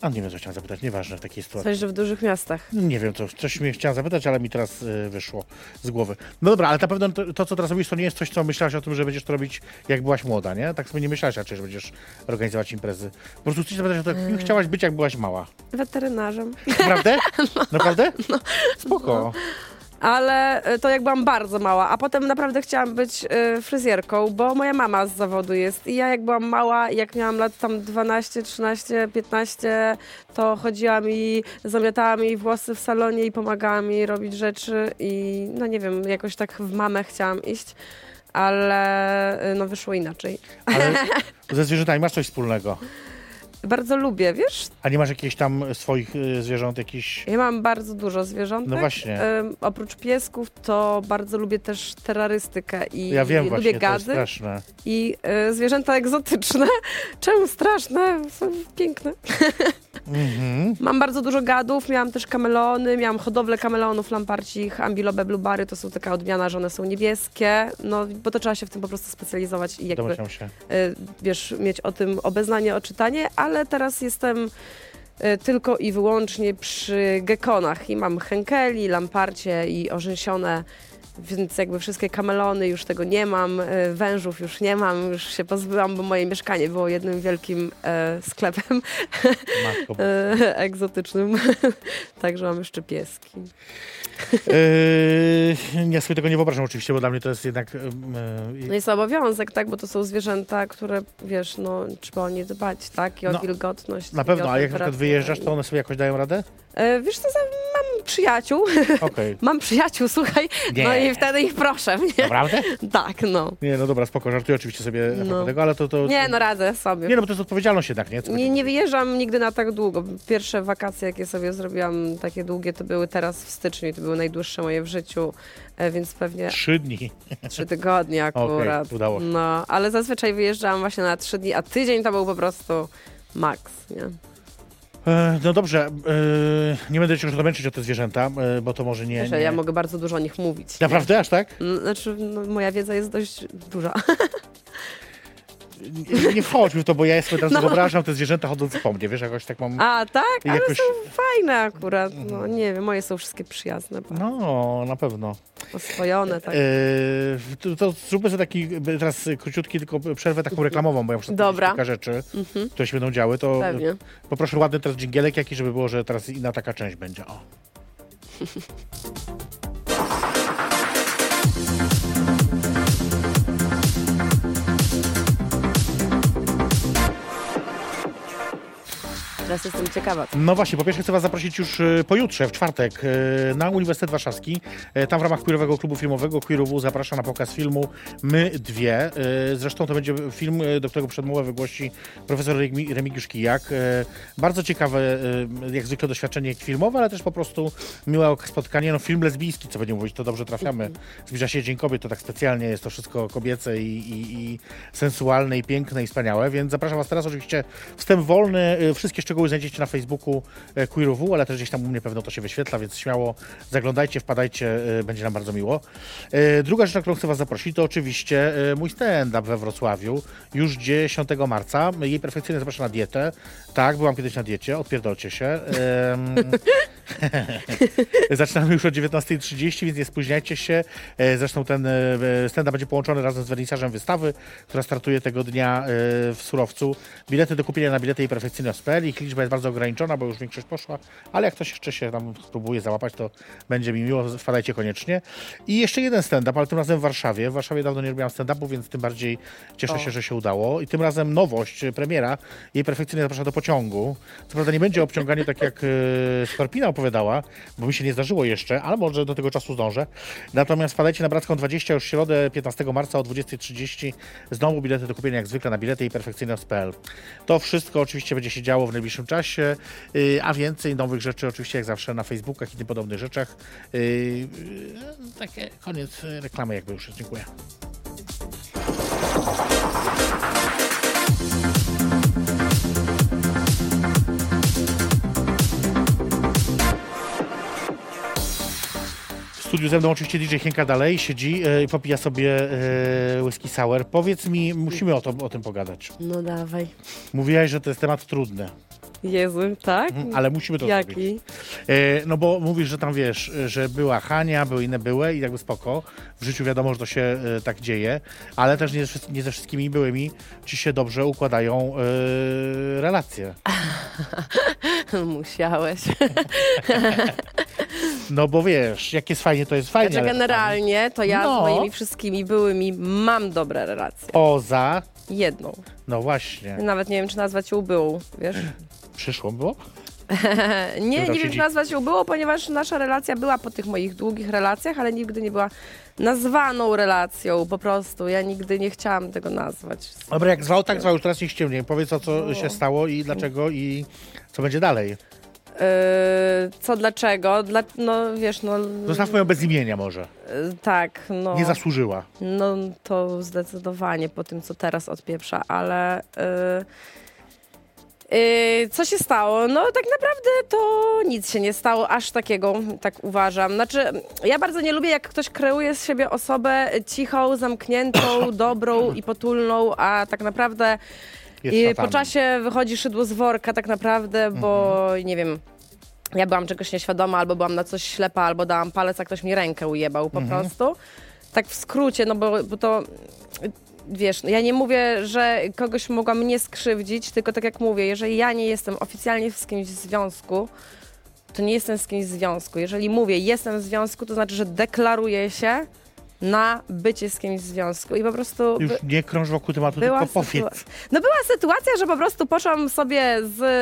Speaker 2: A nie wiem, co chciałem zapytać, nieważne w takiej sytuacji.
Speaker 3: Coś, że w dużych miastach.
Speaker 2: Nie wiem, coś mnie chciałem zapytać, ale mi teraz wyszło z głowy. No dobra, ale na pewno to, co teraz robisz, to nie jest coś, co myślałaś o tym, że będziesz to robić, jak byłaś młoda, nie? Tak sobie nie myślałaś raczej, że będziesz organizować imprezy. Po prostu chcę zapytać o to, kim chciałaś być, jak byłaś mała.
Speaker 3: Weterynarzem.
Speaker 2: Naprawdę? Naprawdę? Spoko.
Speaker 3: Ale to jak byłam bardzo mała, a potem naprawdę chciałam być fryzjerką, bo moja mama z zawodu jest. I ja jak byłam mała, jak miałam lat tam 12, 13, 15, to chodziłam i zamiatałam jej włosy w salonie i pomagałam jej robić rzeczy i no nie wiem, jakoś tak w mamę chciałam iść, ale no wyszło inaczej.
Speaker 2: Ale ze zwierzętami masz coś wspólnego.
Speaker 3: Bardzo lubię, wiesz?
Speaker 2: A nie masz jakichś tam swoich zwierząt, jakichś...
Speaker 3: Ja mam bardzo dużo zwierzątek.
Speaker 2: No właśnie.
Speaker 3: Oprócz piesków to bardzo lubię też terrorystykę i
Speaker 2: Ja wiem
Speaker 3: lubię
Speaker 2: właśnie, to jest
Speaker 3: gazy
Speaker 2: straszne.
Speaker 3: i zwierzęta egzotyczne. Czemu straszne? Są piękne. Mam bardzo dużo gadów, miałam też kameleony, miałam hodowlę kameleonów lamparcich, ambilobe blubary, to są taka odmiana, że one są niebieskie, no bo to trzeba się w tym po prostu specjalizować i jakby,
Speaker 2: Domyślam się.
Speaker 3: wiesz, mieć o tym obeznanie, oczytanie, ale teraz jestem tylko i wyłącznie przy gekonach i mam henkeli, lamparcie i orzęsione, więc jakby wszystkie kameleony już tego nie mam, wężów już nie mam, już się pozbyłam, bo moje mieszkanie było jednym wielkim sklepem
Speaker 2: Matko.
Speaker 3: egzotycznym, także mam jeszcze pieski.
Speaker 2: Ja sobie tego nie wyobrażam oczywiście, bo dla mnie to jest jednak...
Speaker 3: No jest obowiązek, tak, bo to są zwierzęta, które, wiesz, no trzeba o nie dbać, tak, i o
Speaker 2: No,
Speaker 3: wilgotność.
Speaker 2: na
Speaker 3: i
Speaker 2: pewno,
Speaker 3: o
Speaker 2: a jak na przykład
Speaker 3: temperaturę.
Speaker 2: wyjeżdżasz, to one sobie jakoś dają radę?
Speaker 3: Wiesz co, mam przyjaciół,
Speaker 2: Okej.
Speaker 3: mam przyjaciół, słuchaj,
Speaker 2: Nie.
Speaker 3: no i wtedy ich proszę, nie?
Speaker 2: Naprawdę?
Speaker 3: Tak, no.
Speaker 2: Nie, no dobra, spoko, żartuję oczywiście sobie
Speaker 3: No.
Speaker 2: tego, ale to...
Speaker 3: Nie, no radzę sobie.
Speaker 2: Nie, no bo to jest odpowiedzialność jednak, nie?
Speaker 3: Nie wyjeżdżam nigdy na tak długo. Pierwsze wakacje, jakie sobie zrobiłam, takie długie, to były teraz w styczniu i to były najdłuższe moje w życiu, więc pewnie
Speaker 2: 3 dni.
Speaker 3: 3 tygodnie akurat.
Speaker 2: Okej, udało się.
Speaker 3: No, ale zazwyczaj wyjeżdżałam właśnie na 3 dni, a tydzień to był po prostu maks, nie?
Speaker 2: No dobrze, nie będę cię już domęczyć o te zwierzęta, bo to może nie...
Speaker 3: Wiesz,
Speaker 2: nie...
Speaker 3: ja mogę bardzo dużo o nich mówić.
Speaker 2: Naprawdę, aż tak?
Speaker 3: Znaczy, no, moja wiedza jest dość duża.
Speaker 2: Nie wchodźmy w to, bo ja sobie teraz
Speaker 3: No.
Speaker 2: wyobrażam te zwierzęta chodząc po mnie, wiesz, jakoś tak mam...
Speaker 3: A, tak? Ale
Speaker 2: Jakoś-
Speaker 3: są fajne akurat. No, nie wiem, moje są wszystkie przyjazne,
Speaker 2: No, na pewno.
Speaker 3: oswojone, tak.
Speaker 2: To zróbmy sobie taki teraz króciutki tylko przerwę taką reklamową, bo ja muszę
Speaker 3: Dobra.
Speaker 2: kilka rzeczy, które się będą działy, to
Speaker 3: Pewnie.
Speaker 2: poproszę ładny teraz dżingielek jakiś, żeby było, że teraz inna taka część będzie. O.
Speaker 3: Teraz jestem ciekawa.
Speaker 2: No właśnie, po pierwsze chcę was zaprosić już pojutrze, w czwartek, na Uniwersytet Warszawski. Tam w ramach Queerowego Klubu Filmowego Queer.wu zaprasza na pokaz filmu My dwie. Zresztą to będzie film, do którego przedmowę wygłosi profesor Remigiusz Kijak. Bardzo ciekawe, jak zwykle, doświadczenie filmowe, ale też po prostu miłe spotkanie. No, film lesbijski, co będziemy mówić, to dobrze trafiamy. Zbliża się Dzień Kobiet, to tak specjalnie jest to wszystko kobiece i sensualne, i piękne, i wspaniałe, więc zapraszam was teraz. Oczywiście wstęp wolny, wszystkie szczegóły znajdziecie na Facebooku Queer.wu, ale też gdzieś tam u mnie pewno to się wyświetla, więc śmiało zaglądajcie, wpadajcie, będzie nam bardzo miło. Druga rzecz, na którą chcę was zaprosić, to oczywiście mój stand-up we Wrocławiu, już 10 marca. Jej perfekcyjnie zapraszam na dietę. Tak, byłam kiedyś na diecie, odpierdolcie się. Zaczynamy już o 19:30, więc nie spóźniajcie się. Zresztą ten stand-up będzie połączony razem z wernisażem wystawy, która startuje tego dnia w Surowcu. Bilety do kupienia na bilety i perfekcyjność.pl. Ich liczba jest bardzo ograniczona, bo już większość poszła, ale jak ktoś jeszcze się tam spróbuje załapać, to będzie mi miło, wpadajcie koniecznie. I jeszcze jeden stand-up, ale tym razem w Warszawie. W Warszawie dawno nie robiłam stand-upu, więc tym bardziej cieszę się, że się udało. I tym razem nowość, premiera. Jej perfekcyjnie zaprasza do pociągu. Co prawda nie będzie o obciąganiu tak jak Skorpina opowiadała, bo mi się nie zdarzyło jeszcze, ale może do tego czasu zdążę. Natomiast wpadajcie na Bracką 20 już w środę 15 marca o 20:30. Znowu bilety do kupienia jak zwykle na bilety i perfekcyjność.pl. To wszystko oczywiście będzie się działo w najbliższym czasie, a więcej nowych rzeczy oczywiście jak zawsze na Facebookach i tym podobnych rzeczach. Takie koniec reklamy jakby już. Dziękuję. W studiu ze mną oczywiście DJ Hienka dalej siedzi i popija sobie whisky sour. Powiedz mi, musimy o tym pogadać.
Speaker 3: No dawaj.
Speaker 2: Mówiłaś, że to jest temat trudny.
Speaker 3: Jezu, tak?
Speaker 2: Ale musimy to zrobić.
Speaker 3: Jaki?
Speaker 2: No bo mówisz, że tam wiesz, że była Hania, były inne były i jakby spoko. W życiu wiadomo, że to się tak dzieje, ale też nie ze wszystkimi byłymi ci się dobrze układają relacje.
Speaker 3: Musiałeś.
Speaker 2: No bo wiesz, jak jest fajnie, to jest fajnie.
Speaker 3: Znaczy
Speaker 2: ale
Speaker 3: generalnie to ja
Speaker 2: No.
Speaker 3: z moimi wszystkimi byłymi mam dobre relacje.
Speaker 2: Poza,
Speaker 3: Jedną.
Speaker 2: no właśnie,
Speaker 3: Nawet nie wiem, czy nazwać ją byłą, wiesz?
Speaker 2: przyszło było?
Speaker 3: Nie
Speaker 2: tam
Speaker 3: wiem,
Speaker 2: siedzi?
Speaker 3: czy nazwać ją było, ponieważ nasza relacja była po tych moich długich relacjach, ale nigdy nie była nazwaną relacją, po prostu. Ja nigdy nie chciałam tego nazwać.
Speaker 2: Dobra, jak zwał, tak zwał, już teraz nie ściemniej. Powiedz, o co się stało i dlaczego i co będzie dalej.
Speaker 3: Co, dlaczego? No wiesz, no...
Speaker 2: Zostawmy ją bez imienia może.
Speaker 3: Tak, no...
Speaker 2: Nie zasłużyła.
Speaker 3: No to zdecydowanie po tym, co teraz odpieprza, ale... co się stało? No tak naprawdę to nic się nie stało aż takiego, tak uważam. Znaczy, ja bardzo nie lubię, jak ktoś kreuje z siebie osobę cichą, zamkniętą, dobrą i potulną, a tak naprawdę
Speaker 2: Jest
Speaker 3: po
Speaker 2: szatanem.
Speaker 3: czasie wychodzi szydło z worka tak naprawdę, bo nie wiem, ja byłam czegoś nieświadoma, albo byłam na coś ślepa, albo dałam palec, a ktoś mi rękę ujebał po prostu. Tak w skrócie, no bo to... Wiesz, ja nie mówię, że kogoś mogła mnie skrzywdzić, tylko tak jak mówię, jeżeli ja nie jestem oficjalnie z kimś w związku, to nie jestem z kimś w związku. Jeżeli mówię, jestem w związku, to znaczy, że deklaruję się na bycie z kimś w związku i po prostu...
Speaker 2: Już nie krąż wokół tematu,
Speaker 3: Była
Speaker 2: tylko powiedz.
Speaker 3: No była sytuacja, że po prostu poszłam sobie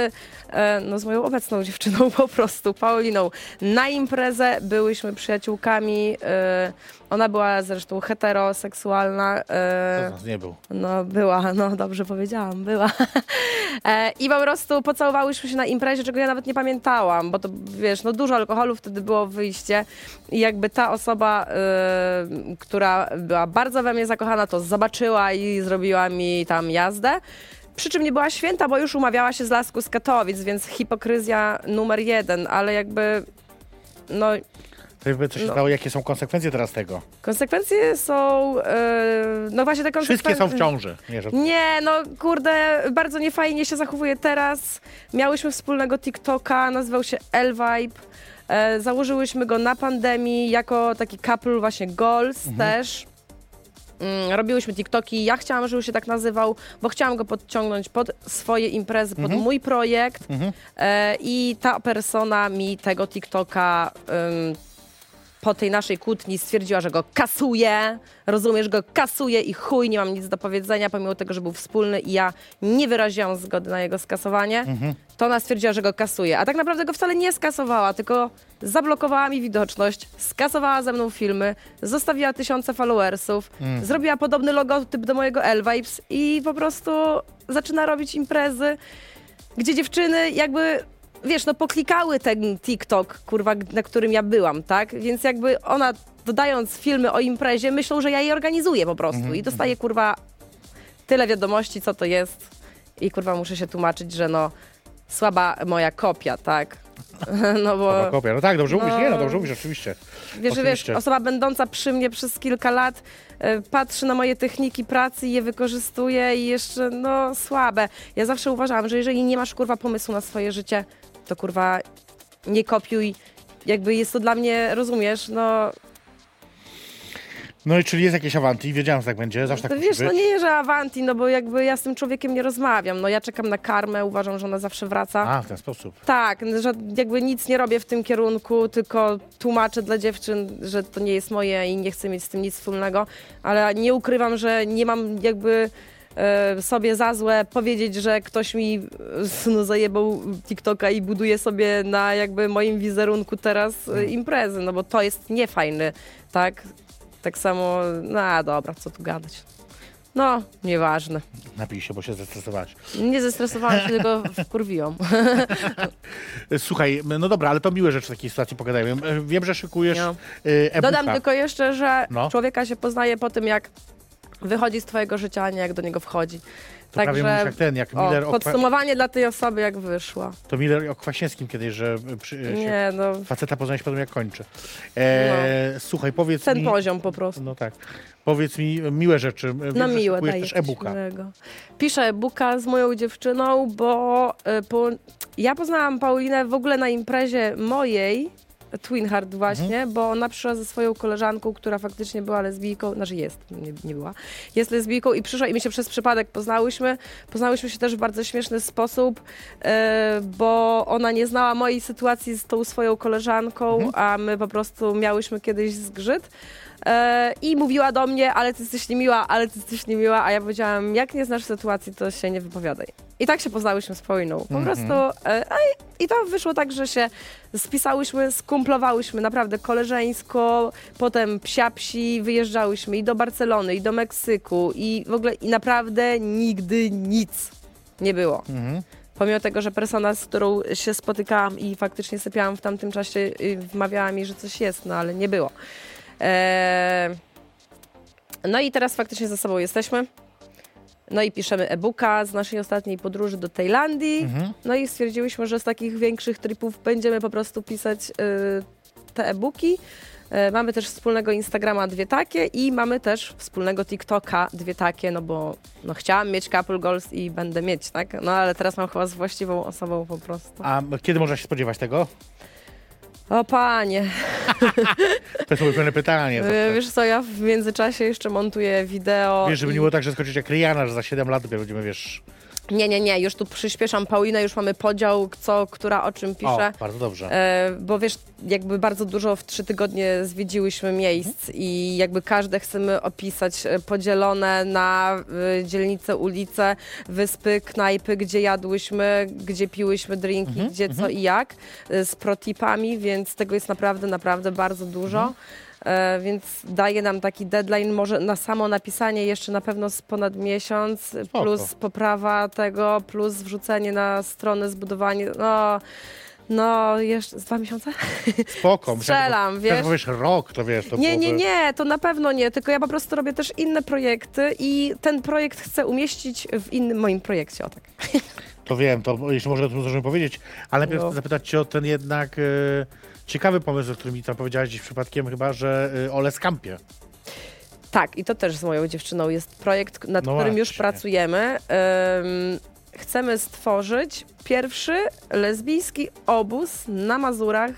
Speaker 3: z moją obecną dziewczyną po prostu, Pauliną, na imprezę, byłyśmy przyjaciółkami, ona była zresztą heteroseksualna.
Speaker 2: To z nas nie był.
Speaker 3: No była, no dobrze powiedziałam, była. I po prostu pocałowałyśmy się na imprezie, czego ja nawet nie pamiętałam, bo to wiesz, no dużo alkoholu wtedy było wyjście i jakby ta osoba, która była bardzo we mnie zakochana, to zobaczyła i zrobiła mi tam jazdę. Przy czym nie była święta, bo już umawiała się z lasku z Katowic, więc hipokryzja numer 1, ale jakby no...
Speaker 2: To jakby co się stało, jakie są konsekwencje teraz tego?
Speaker 3: Konsekwencje są, no właśnie te konsekwencje...
Speaker 2: Wszystkie są w ciąży. Nie, że...
Speaker 3: Nie, no kurde, bardzo niefajnie się zachowuje teraz. Miałyśmy wspólnego TikToka, nazywał się L-Vibe. Założyłyśmy go na pandemii jako taki couple właśnie goals też. Robiłyśmy TikToki, ja chciałam, żeby się tak nazywał, bo chciałam go podciągnąć pod swoje imprezy, pod mój projekt i ta persona mi tego TikToka po tej naszej kłótni stwierdziła, że go kasuje, rozumiesz, go kasuje i chuj, nie mam nic do powiedzenia, pomimo tego, że był wspólny i ja nie wyraziłam zgody na jego skasowanie, to ona stwierdziła, że go kasuje. A tak naprawdę go wcale nie skasowała, tylko zablokowała mi widoczność, skasowała ze mną filmy, zostawiła 1000 followersów, zrobiła podobny logotyp do mojego L-Vibes i po prostu zaczyna robić imprezy, gdzie dziewczyny jakby... Wiesz, no poklikały ten TikTok, kurwa, na którym ja byłam, tak? Więc jakby ona, dodając filmy o imprezie, myślą, że ja jej organizuję po prostu. I dostaję, kurwa, tyle wiadomości, co to jest. I, kurwa, muszę się tłumaczyć, że no, słaba moja kopia, tak? No bo...
Speaker 2: Kopia. No tak, dobrze mówisz, nie, no dobrze mówisz, oczywiście.
Speaker 3: Wiesz,
Speaker 2: Oczywiście.
Speaker 3: osoba będąca przy mnie przez kilka lat patrzy na moje techniki pracy i je wykorzystuje i jeszcze, no, słabe. Ja zawsze uważałam, że jeżeli nie masz, kurwa, pomysłu na swoje życie, to, kurwa, nie kopiuj. Jakby jest to dla mnie, rozumiesz, no...
Speaker 2: No i czyli jest jakieś awanty i wiedziałam, że tak będzie, zawsze tak
Speaker 3: To
Speaker 2: musi
Speaker 3: wiesz,
Speaker 2: być.
Speaker 3: no nie, że awanti, no bo jakby ja z tym człowiekiem nie rozmawiam. No ja czekam na karmę, uważam, że ona zawsze wraca.
Speaker 2: A, w ten sposób.
Speaker 3: Tak, że jakby nic nie robię w tym kierunku, tylko tłumaczę dla dziewczyn, że to nie jest moje i nie chcę mieć z tym nic wspólnego, ale nie ukrywam, że nie mam jakby sobie za złe powiedzieć, że ktoś mi no, zajebał TikToka i buduje sobie na jakby moim wizerunku teraz imprezy, no bo to jest niefajny, tak? Tak samo, no dobra, co tu gadać. No, nieważne.
Speaker 2: Napij się, bo się zestresowałaś.
Speaker 3: Nie zestresowałam się, tylko wkurwiłam.
Speaker 2: Słuchaj, no dobra, ale to miłe rzeczy w takiej sytuacji pogadajmy. Wiem, że szykujesz
Speaker 3: No.
Speaker 2: e-booka.
Speaker 3: Dodam tylko jeszcze, że
Speaker 2: No.
Speaker 3: człowieka się poznaje po tym, jak wychodzi z twojego życia, a nie jak do niego wchodzi.
Speaker 2: To prawie mówisz jak ten, jak Miller
Speaker 3: podsumowanie dla tej osoby, jak wyszło.
Speaker 2: To Miller o Kwaśniewskim kiedyś, że faceta poznałeś po tym, jak kończy. Słuchaj, powiedz
Speaker 3: ten
Speaker 2: mi...
Speaker 3: Ten poziom po prostu.
Speaker 2: No tak. Powiedz mi miłe rzeczy.
Speaker 3: No miłe,
Speaker 2: daję też e-booka.
Speaker 3: Piszę e-booka z moją dziewczyną, bo ja poznałam Paulinę w ogóle na imprezie mojej, Twin Heart właśnie, bo ona przyszła ze swoją koleżanką, która faktycznie była lesbijką, znaczy jest, nie była, jest lesbijką i przyszła i my się przez przypadek poznałyśmy. Poznałyśmy się też w bardzo śmieszny sposób, bo ona nie znała mojej sytuacji z tą swoją koleżanką, a my po prostu miałyśmy kiedyś zgrzyt. I mówiła do mnie, ale ty jesteś niemiła, a ja powiedziałam, jak nie znasz sytuacji, to się nie wypowiadaj. I tak się poznałyśmy z Pauliną. Po prostu i to wyszło tak, że się spisałyśmy, skumplowałyśmy naprawdę koleżeńsko, potem psi, wyjeżdżałyśmy i do Barcelony, i do Meksyku i w ogóle i naprawdę nigdy nic nie było. Pomimo tego, że persona, z którą się spotykałam i faktycznie sypiałam w tamtym czasie, wmawiała mi, że coś jest, no ale nie było. No i teraz faktycznie ze sobą jesteśmy. No i piszemy e-booka z naszej ostatniej podróży do Tajlandii. No i stwierdziłyśmy, że z takich większych tripów będziemy po prostu pisać te e-booki. Mamy też wspólnego Instagrama Dwie Takie i mamy też wspólnego TikToka Dwie Takie, no bo chciałam mieć couple goals i będę mieć, tak? No ale teraz mam chyba z właściwą osobą po prostu.
Speaker 2: A kiedy można się spodziewać tego?
Speaker 3: O panie.
Speaker 2: To jest ulubione pytanie.
Speaker 3: Wiesz co, ja w międzyczasie jeszcze montuję wideo.
Speaker 2: Wiesz, żeby nie było tak, że skoczyć jak Rihanna, że za 7 lat dopiero będziemy, wiesz...
Speaker 3: Nie, już tu przyspieszam Paulinę, już mamy podział, która o czym pisze.
Speaker 2: O, bardzo dobrze.
Speaker 3: Bo wiesz, jakby bardzo dużo w 3 tygodnie zwiedziłyśmy miejsc i jakby każde chcemy opisać, podzielone na dzielnice, ulice, wyspy, knajpy, gdzie jadłyśmy, gdzie piłyśmy drinki, gdzie co i jak, z protipami, więc tego jest naprawdę bardzo dużo. Więc daje nam taki deadline, może na samo napisanie jeszcze na pewno z ponad miesiąc, plus poprawa tego, plus wrzucenie na stronę, zbudowanie, no jeszcze z 2 miesiące?
Speaker 2: Spoko.
Speaker 3: Strzelam, wiesz.
Speaker 2: Jak powiesz rok, to wiesz. To
Speaker 3: nie, to na pewno nie, tylko ja po prostu robię też inne projekty i ten projekt chcę umieścić w innym moim projekcie, o tak.
Speaker 2: To wiem, to jeszcze może o tym możemy powiedzieć, ale najpierw chcę zapytać cię o ten jednak ciekawy pomysł, o którym mi tam powiedziałaś gdzieś przypadkiem chyba, że o Leskampie.
Speaker 3: Tak, i to też z moją dziewczyną jest projekt, nad którym już pracujemy. Chcemy stworzyć pierwszy lesbijski obóz na Mazurach.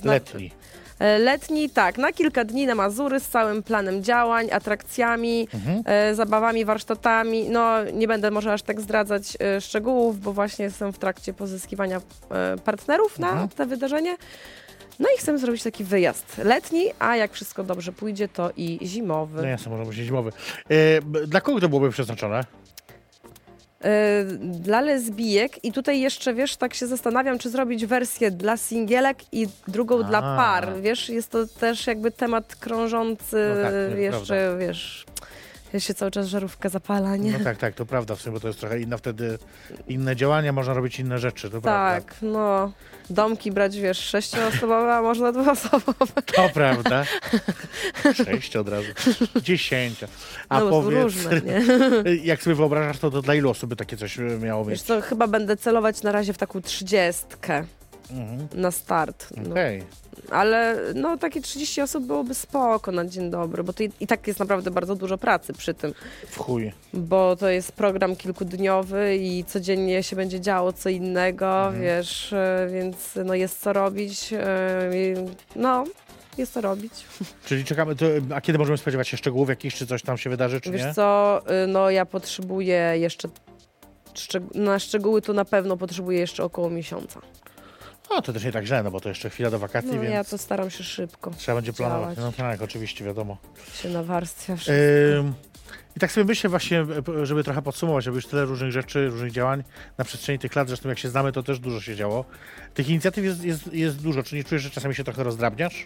Speaker 3: Letni, tak, na kilka dni na Mazury z całym planem działań, atrakcjami, zabawami, warsztatami. No nie będę może aż tak zdradzać szczegółów, bo właśnie jestem w trakcie pozyskiwania partnerów na to wydarzenie. No i chcemy zrobić taki wyjazd letni, a jak wszystko dobrze pójdzie, to i zimowy.
Speaker 2: No jasne, może być zimowy. Dla kogo to byłoby przeznaczone?
Speaker 3: Dla lesbijek i tutaj jeszcze, wiesz, tak się zastanawiam, czy zrobić wersję dla singielek i drugą dla par, wiesz, jest to też jakby temat krążący, no tak, jeszcze, prawda. Wiesz, się cały czas żarówka zapala, nie?
Speaker 2: No tak, to prawda, w sumie, bo to jest trochę inne działania, można robić inne rzeczy, to prawda.
Speaker 3: Tak, no, domki brać, wiesz, 6-osobowe, a można 2-osobowe.
Speaker 2: To prawda. 6 od razu. 10. A
Speaker 3: no,
Speaker 2: powiedz,
Speaker 3: różne, nie?
Speaker 2: Jak sobie wyobrażasz, to dla ilu osób by takie coś miało mieć?
Speaker 3: Wiesz co, chyba będę celować na razie w taką 30 na start.
Speaker 2: Okej.
Speaker 3: Ale no takie 30 osób byłoby spoko na dzień dobry, bo to i tak jest naprawdę bardzo dużo pracy przy tym.
Speaker 2: W chuj.
Speaker 3: Bo to jest program kilkudniowy i codziennie się będzie działo co innego, wiesz, więc no jest co robić, jest co robić.
Speaker 2: Czyli czekamy, a kiedy możemy spodziewać się szczegółów jakichś, czy coś tam się wydarzy, czy nie?
Speaker 3: Wiesz co, no ja potrzebuję jeszcze, na szczegóły to na pewno potrzebuję jeszcze około miesiąca.
Speaker 2: No to też nie tak źle, no bo to jeszcze chwila do wakacji,
Speaker 3: no,
Speaker 2: więc...
Speaker 3: ja to staram się szybko
Speaker 2: trzeba będzie planować. No tak, oczywiście, wiadomo.
Speaker 3: Się nawarstwia wszystko.
Speaker 2: I tak sobie myślę właśnie, żeby trochę podsumować, żeby już tyle różnych rzeczy, różnych działań na przestrzeni tych lat, zresztą jak się znamy, to też dużo się działo. Tych inicjatyw jest dużo. Czy nie czujesz, że czasami się trochę rozdrabniasz?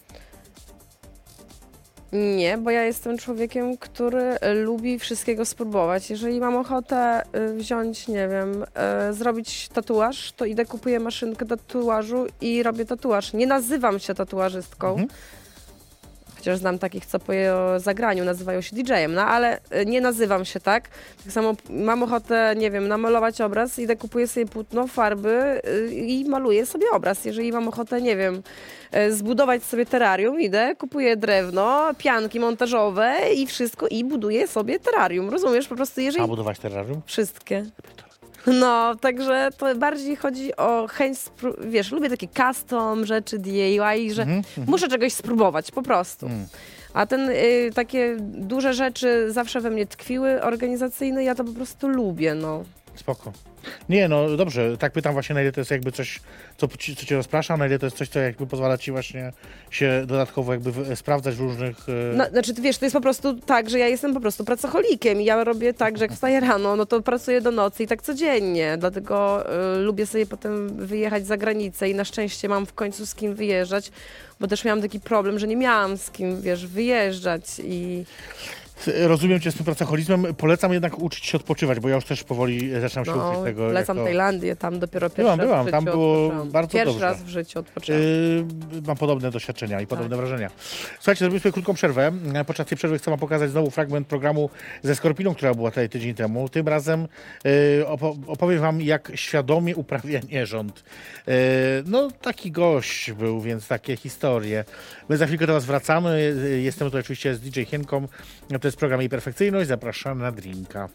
Speaker 3: Nie, bo ja jestem człowiekiem, który lubi wszystkiego spróbować. Jeżeli mam ochotę wziąć, nie wiem, zrobić tatuaż, to idę, kupuję maszynkę do tatuażu i robię tatuaż. Nie nazywam się tatuażystką, Chociaż znam takich, co po zagraniu nazywają się DJ-em, no ale nie nazywam się tak. Tak samo mam ochotę, nie wiem, namalować obraz, idę, kupuję sobie płótno, farby i maluję sobie obraz. Jeżeli mam ochotę, nie wiem, zbudować sobie terrarium, idę, kupuję drewno, pianki montażowe i wszystko i buduję sobie terrarium. Rozumiesz? Po prostu jeżeli...
Speaker 2: A budować terrarium?
Speaker 3: Wszystkie. No, także to bardziej chodzi o chęć, wiesz, lubię takie custom rzeczy, DIY, że muszę czegoś spróbować, po prostu. A takie duże rzeczy zawsze we mnie tkwiły, organizacyjne, ja to po prostu lubię, no.
Speaker 2: Spoko. Nie, no dobrze, tak pytam właśnie, na ile to jest jakby coś, co cię rozprasza, na ile to jest coś, co jakby pozwala ci właśnie się dodatkowo jakby sprawdzać w różnych...
Speaker 3: No, znaczy, wiesz, to jest po prostu tak, że ja jestem po prostu pracocholikiem i ja robię tak, że jak wstaję rano, no to pracuję do nocy i tak codziennie, dlatego lubię sobie potem wyjechać za granicę i na szczęście mam w końcu z kim wyjeżdżać, bo też miałam taki problem, że nie miałam z kim, wiesz, wyjeżdżać i...
Speaker 2: Rozumiem cię z tym pracoholizmem. Polecam jednak uczyć się odpoczywać, bo ja już też powoli zaczynam się uczyć tego.
Speaker 3: Polecam Tajlandię, tam dopiero pierwszy raz w życiu
Speaker 2: tam było bardzo
Speaker 3: Pierwszy
Speaker 2: dobrze.
Speaker 3: raz w życiu odpocząłem.
Speaker 2: Mam podobne doświadczenia i podobne wrażenia. Słuchajcie, zrobimy sobie krótką przerwę. Podczas tej przerwy chcę wam pokazać znowu fragment programu ze Skorpiną, która była tutaj tydzień temu. Tym razem opowiem wam, jak świadomie uprawia nierząd. No, taki gość był, więc takie historie. My za chwilkę do was wracamy. Jestem tutaj oczywiście z DJ Hienką. To jest program Jej Perfekcyjność. Zapraszam na drinka.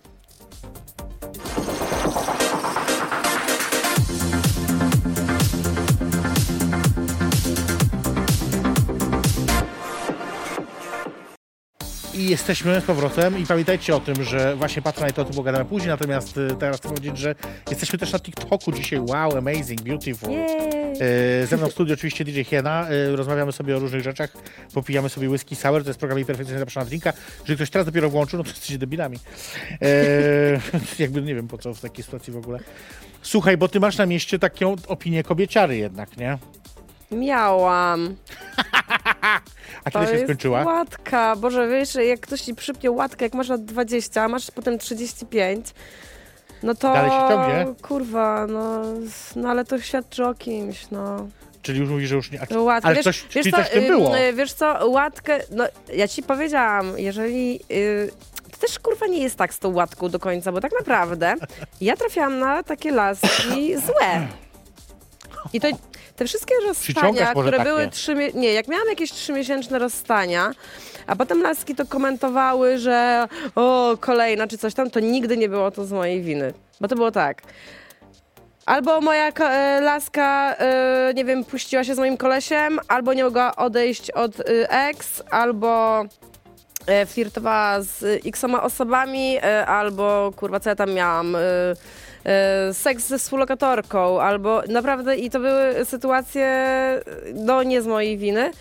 Speaker 2: I jesteśmy z powrotem i pamiętajcie o tym, że właśnie patrzę na to, o tym pogadamy później, natomiast teraz chcę powiedzieć, że jesteśmy też na TikToku dzisiaj. Wow, amazing, beautiful. Ze mną w studiu oczywiście DJ Hiena. Rozmawiamy sobie o różnych rzeczach, popijamy sobie whisky sour, to jest program Jej Perfekcyjność, zapraszam na drinka. Jeżeli ktoś teraz dopiero włączył, no to jesteście debilami. Jakby nie wiem po co w takiej sytuacji w ogóle. Słuchaj, bo ty masz na mieście taką opinię kobieciary jednak, nie?
Speaker 3: Miałam.
Speaker 2: A kiedy się skończyła?
Speaker 3: Łatka. Boże, wiesz, jak ktoś ci przypnie łatkę, jak masz lat 20, a masz potem 35, no to...
Speaker 2: Dalej się ciągnie?
Speaker 3: Kurwa, no ale to świadczy o kimś, no.
Speaker 2: Czyli już mówisz, że już nie...
Speaker 3: Łatkę.
Speaker 2: Ale coś w tym było.
Speaker 3: Wiesz co, łatkę, no ja ci powiedziałam, jeżeli... To też kurwa nie jest tak z tą łatką do końca, bo tak naprawdę ja trafiałam na takie laski złe. I to te wszystkie rozstania, które
Speaker 2: tak
Speaker 3: były jak miałam jakieś 3-miesięczne rozstania, a potem laski to komentowały, że o, kolejna czy coś tam, to nigdy nie było to z mojej winy. Bo to było tak. Albo moja laska, nie wiem, puściła się z moim kolesiem, albo nie mogła odejść od ex, albo flirtowała z x-oma osobami, albo kurwa, co ja tam miałam... seks ze współlokatorką, albo naprawdę i to były sytuacje, no nie z mojej winy.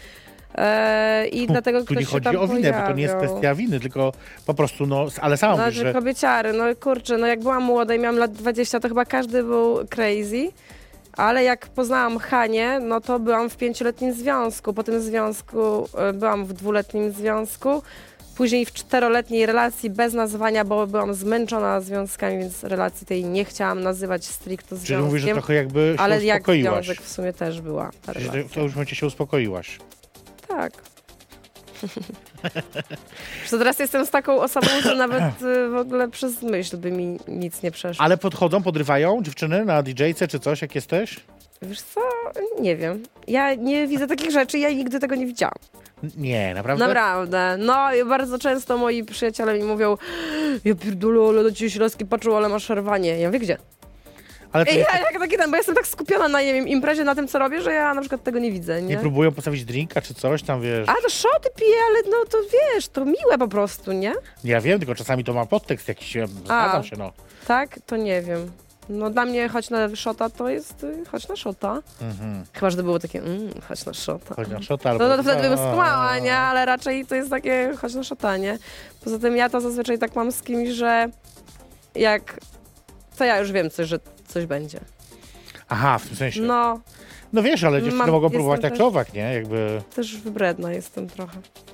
Speaker 3: I dlatego
Speaker 2: tu nie chodzi o winę, bo to nie jest kwestia winy, tylko po prostu, no, ale sama mówisz, że...
Speaker 3: kobieciary, no kurczę, no jak byłam młoda i miałam lat 20, to chyba każdy był crazy, ale jak poznałam Hanię, no to byłam w 5-letnim związku, po tym związku byłam w 2-letnim związku, później w 4-letniej relacji bez nazwania, bo byłam zmęczona związkami, więc relacji tej nie chciałam nazywać stricte związkiem.
Speaker 2: Czyli mówisz, że trochę jakby się
Speaker 3: ale
Speaker 2: uspokoiłaś.
Speaker 3: Ale jak związek w sumie też była ta relacja.
Speaker 2: To już w momencie się uspokoiłaś.
Speaker 3: Tak. To teraz jestem z taką osobą, że nawet w ogóle przez myśl by mi nic nie przeszło.
Speaker 2: Ale podrywają dziewczyny na DJ-ce czy coś, jak jesteś?
Speaker 3: Wiesz co? Nie wiem. Ja nie widzę takich rzeczy, ja nigdy tego nie widziałam.
Speaker 2: Nie, naprawdę?
Speaker 3: Naprawdę. No i bardzo często moi przyjaciele mi mówią, ja pierdolę, ale do ciebie się laski patrzą, ale masz szarwanie. Ja mówię, gdzie?
Speaker 2: Ale to
Speaker 3: Bo jestem tak skupiona na, nie wiem, imprezie, na tym, co robię, że ja na przykład tego nie widzę, nie?
Speaker 2: Nie próbują postawić drinka czy coś tam, wiesz?
Speaker 3: A to szoty piję, ale no to wiesz, to miłe po prostu, nie?
Speaker 2: Ja wiem, tylko czasami to ma podtekst jakiś, zgadzam się, no.
Speaker 3: Tak? To nie wiem. No dla mnie chodź na szota to jest chodź na szota. Chyba, że to było takie chodź na szota.
Speaker 2: Chodź na szota albo...
Speaker 3: No to wtedy bym skłamała, nie? Ale raczej to jest takie chodź na szota, nie? Poza tym ja to zazwyczaj tak mam z kimś, że jak... To ja już wiem że coś będzie.
Speaker 2: Aha, w tym sensie.
Speaker 3: No.
Speaker 2: No wiesz, ale dziewczyny mogą próbować tak
Speaker 3: też,
Speaker 2: czy owak, nie? Jakby...
Speaker 3: Też wybredna jestem trochę.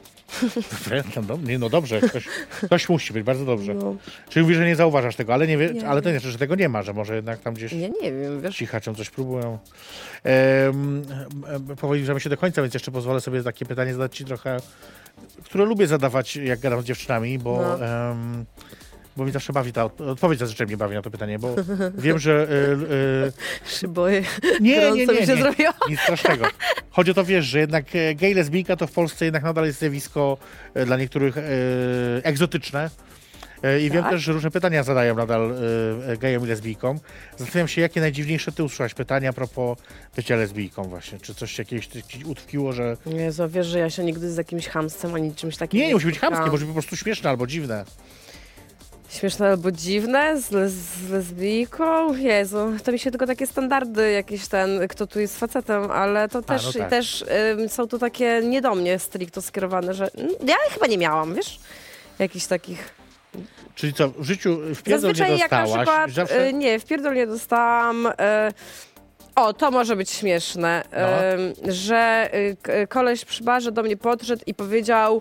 Speaker 2: No dobrze, ktoś musi być, bardzo dobrze.
Speaker 3: No.
Speaker 2: Czyli mówisz, że nie zauważasz tego, ale
Speaker 3: nie
Speaker 2: ale to nie znaczy, że tego nie ma, że może jednak tam gdzieś
Speaker 3: Ja nie wiem, wiesz.
Speaker 2: cichaczą coś próbują. Powoli zbliżamy się do końca, więc jeszcze pozwolę sobie takie pytanie zadać ci trochę które lubię zadawać, jak gadam z dziewczynami, bo...
Speaker 3: No.
Speaker 2: Bo mnie zawsze bawi ta odpowiedź, zazwyczaj mnie bawi na to pytanie, bo wiem, że...
Speaker 3: Się boję.
Speaker 2: Nie,
Speaker 3: Gorąco mi się zrobiło.
Speaker 2: nic strasznego. Chodzi o to, wiesz, że jednak gej, lesbijka to w Polsce jednak nadal jest zjawisko dla niektórych egzotyczne. I wiem
Speaker 3: Tak?
Speaker 2: też, że różne pytania zadają nadal gejom i lesbijkom. Zastanawiam się, jakie najdziwniejsze ty usłyszałaś pytania a propos bycia lesbijką właśnie. Czy coś jakieś ci utkwiło, że...
Speaker 3: Jezu, wiesz, że ja się nigdy z jakimś chamstwem ani czymś takim
Speaker 2: Nie musi być chamskie,
Speaker 3: spotkałam.
Speaker 2: może być po prostu śmieszne albo dziwne.
Speaker 3: Śmieszne albo dziwne, z lesbijką. Jezu, to mi się tylko takie standardy jakieś kto tu jest facetem, ale to też,
Speaker 2: no tak.
Speaker 3: też są tu takie nie do mnie stricto skierowane, że ja chyba nie miałam, wiesz, jakichś takich.
Speaker 2: Czyli co, w życiu w pierdol nie
Speaker 3: Zazwyczaj jak na
Speaker 2: dostałaś?
Speaker 3: przykład,
Speaker 2: Zawsze...
Speaker 3: nie, w pierdol nie dostałam. To może być śmieszne, że koleś przy barze do mnie podszedł i powiedział,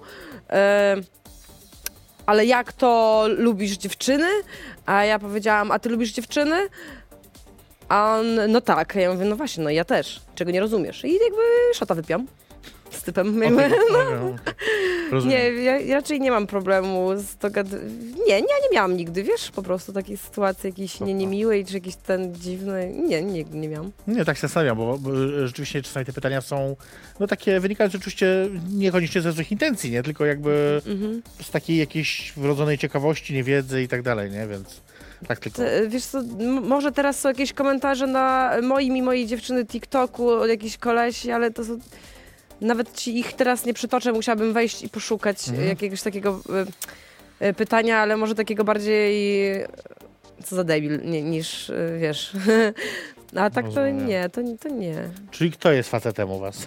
Speaker 3: ale jak to lubisz dziewczyny? A ja powiedziałam, a ty lubisz dziewczyny? A on, no tak. A ja mówię, no właśnie, no ja też. Czego nie rozumiesz? I jakby szota wypiłam z typem. Jakby,
Speaker 2: Rozumiem.
Speaker 3: nie, ja raczej nie mam problemu z ja nie miałam nigdy, wiesz, po prostu takiej sytuacji jakiejś niemiłej, czy jakiejś ten dziwny. Nie, nigdy nie miałam.
Speaker 2: Nie, tak się zastanawiam, bo rzeczywiście czasami te pytania są no takie wynikające oczywiście niekoniecznie ze złych intencji, nie? Tylko jakby z takiej jakiejś wrodzonej ciekawości, niewiedzy i tak dalej, nie? Więc tak tylko.
Speaker 3: Wiesz co, może teraz są jakieś komentarze na moim i mojej dziewczyny TikToku od jakichś kolesi, ale to są... Nawet ci ich teraz nie przytoczę, musiałabym wejść i poszukać jakiegoś takiego pytania, ale może takiego bardziej co za debil, niż wiesz. A tak to nie, to nie.
Speaker 2: Czyli kto jest facetem u was?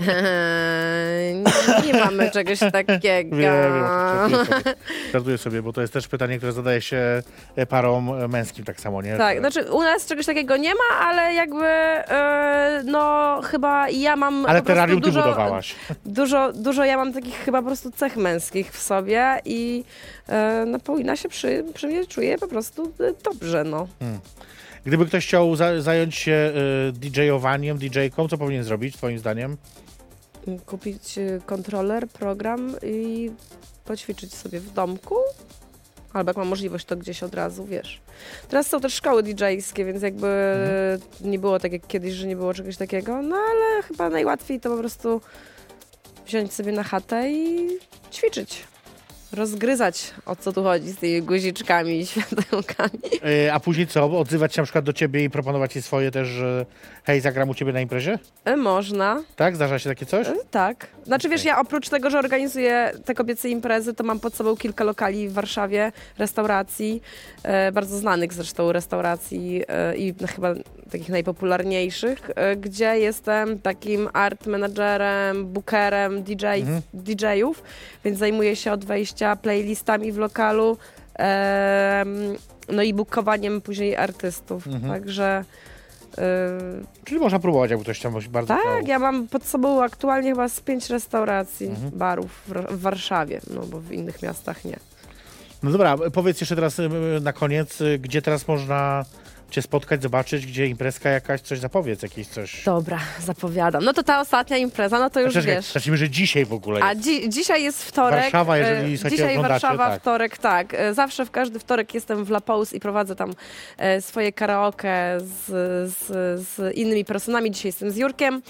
Speaker 3: Nie mamy czegoś takiego.
Speaker 2: Żartuję sobie, bo to jest też pytanie, które zadaje się parom męskim tak samo, nie?
Speaker 3: Tak, znaczy u nas czegoś takiego nie ma, ale jakby no chyba ja mam
Speaker 2: Ale
Speaker 3: po prostu
Speaker 2: terrarium ty budowałaś.
Speaker 3: Dużo ja mam takich chyba po prostu cech męskich w sobie i no powinna się przy mnie czuje po prostu dobrze, no.
Speaker 2: Gdyby ktoś chciał zająć się DJ-owaniem, DJ-ką, co powinien zrobić twoim zdaniem?
Speaker 3: Kupić kontroler, program i poćwiczyć sobie w domku. Albo jak mam możliwość, to gdzieś od razu, wiesz. Teraz są też szkoły DJ-skie, więc jakby nie było tak jak kiedyś, że nie było czegoś takiego. No ale chyba najłatwiej to po prostu wziąć sobie na chatę i ćwiczyć. Rozgryzać, o co tu chodzi z tymi guziczkami i światełkami.
Speaker 2: A później co? Odzywać się na przykład do ciebie i proponować ci swoje też, że hej, zagram u ciebie na imprezie?
Speaker 3: Można.
Speaker 2: Tak? Zdarza się takie coś?
Speaker 3: Tak. Znaczy wiesz, ja oprócz tego, że organizuję te kobiece imprezy, to mam pod sobą kilka lokali w Warszawie, restauracji, bardzo znanych zresztą restauracji i chyba takich najpopularniejszych, gdzie jestem takim art managerem, bookerem DJ-ów, więc zajmuję się od wejścia playlistami w lokalu, no i bookowaniem później artystów. Także...
Speaker 2: Czyli można próbować, jakby ktoś tam bardzo
Speaker 3: tak,
Speaker 2: chciał.
Speaker 3: ja mam pod sobą aktualnie chyba z 5 restauracji, barów w Warszawie, no bo w innych miastach nie.
Speaker 2: No dobra, powiedz jeszcze teraz na koniec, gdzie teraz można cię spotkać, zobaczyć, gdzie imprezka jakaś, coś zapowiedz, jakieś coś.
Speaker 3: Dobra, zapowiadam. No to ta ostatnia impreza, no to już wiesz.
Speaker 2: Zacznijmy, że dzisiaj w ogóle
Speaker 3: A
Speaker 2: jest.
Speaker 3: dzisiaj jest wtorek.
Speaker 2: Warszawa, jeżeli słuchajcie,
Speaker 3: dzisiaj
Speaker 2: oglądacie,
Speaker 3: Warszawa,
Speaker 2: tak.
Speaker 3: wtorek, tak. Zawsze w każdy wtorek jestem w La Pause i prowadzę tam swoje karaoke z innymi personami. Dzisiaj jestem z Jurkiem.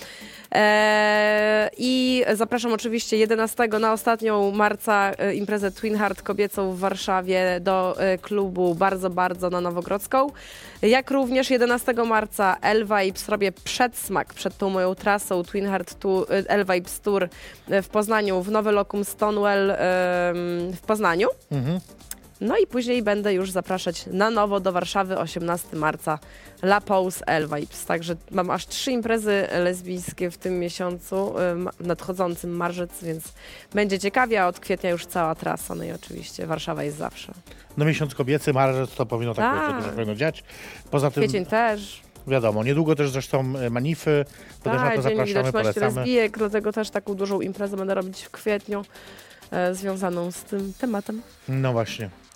Speaker 3: I zapraszam oczywiście 11 na ostatnią marca imprezę Twin Heart kobiecą w Warszawie do klubu Bardzo na Nowogrodzką. Jak również 11 marca L-Vibes robię przedsmak przed tą moją trasą Twin Heart L-Vibes Tour w Poznaniu, w Nowe Locum Stonewall w Poznaniu. No i później będę już zapraszać na nowo do Warszawy 18 marca La Pause L-Vibes. Także mam aż 3 imprezy lesbijskie w tym miesiącu, nadchodzącym marzec, więc będzie ciekawie, a od kwietnia już cała trasa. No i oczywiście Warszawa jest zawsze.
Speaker 2: No miesiąc kobiecy, marzec, to powinno tak
Speaker 3: Tak.
Speaker 2: być, dużo powinno dziać. Poza tym,
Speaker 3: Kwiecień też.
Speaker 2: wiadomo, niedługo też zresztą manify, to też na to
Speaker 3: Dzień
Speaker 2: zapraszamy,
Speaker 3: Widoczności
Speaker 2: polecamy.
Speaker 3: Lesbijek, dlatego też taką dużą imprezę będę robić w kwietniu, związaną z tym tematem.
Speaker 2: No właśnie.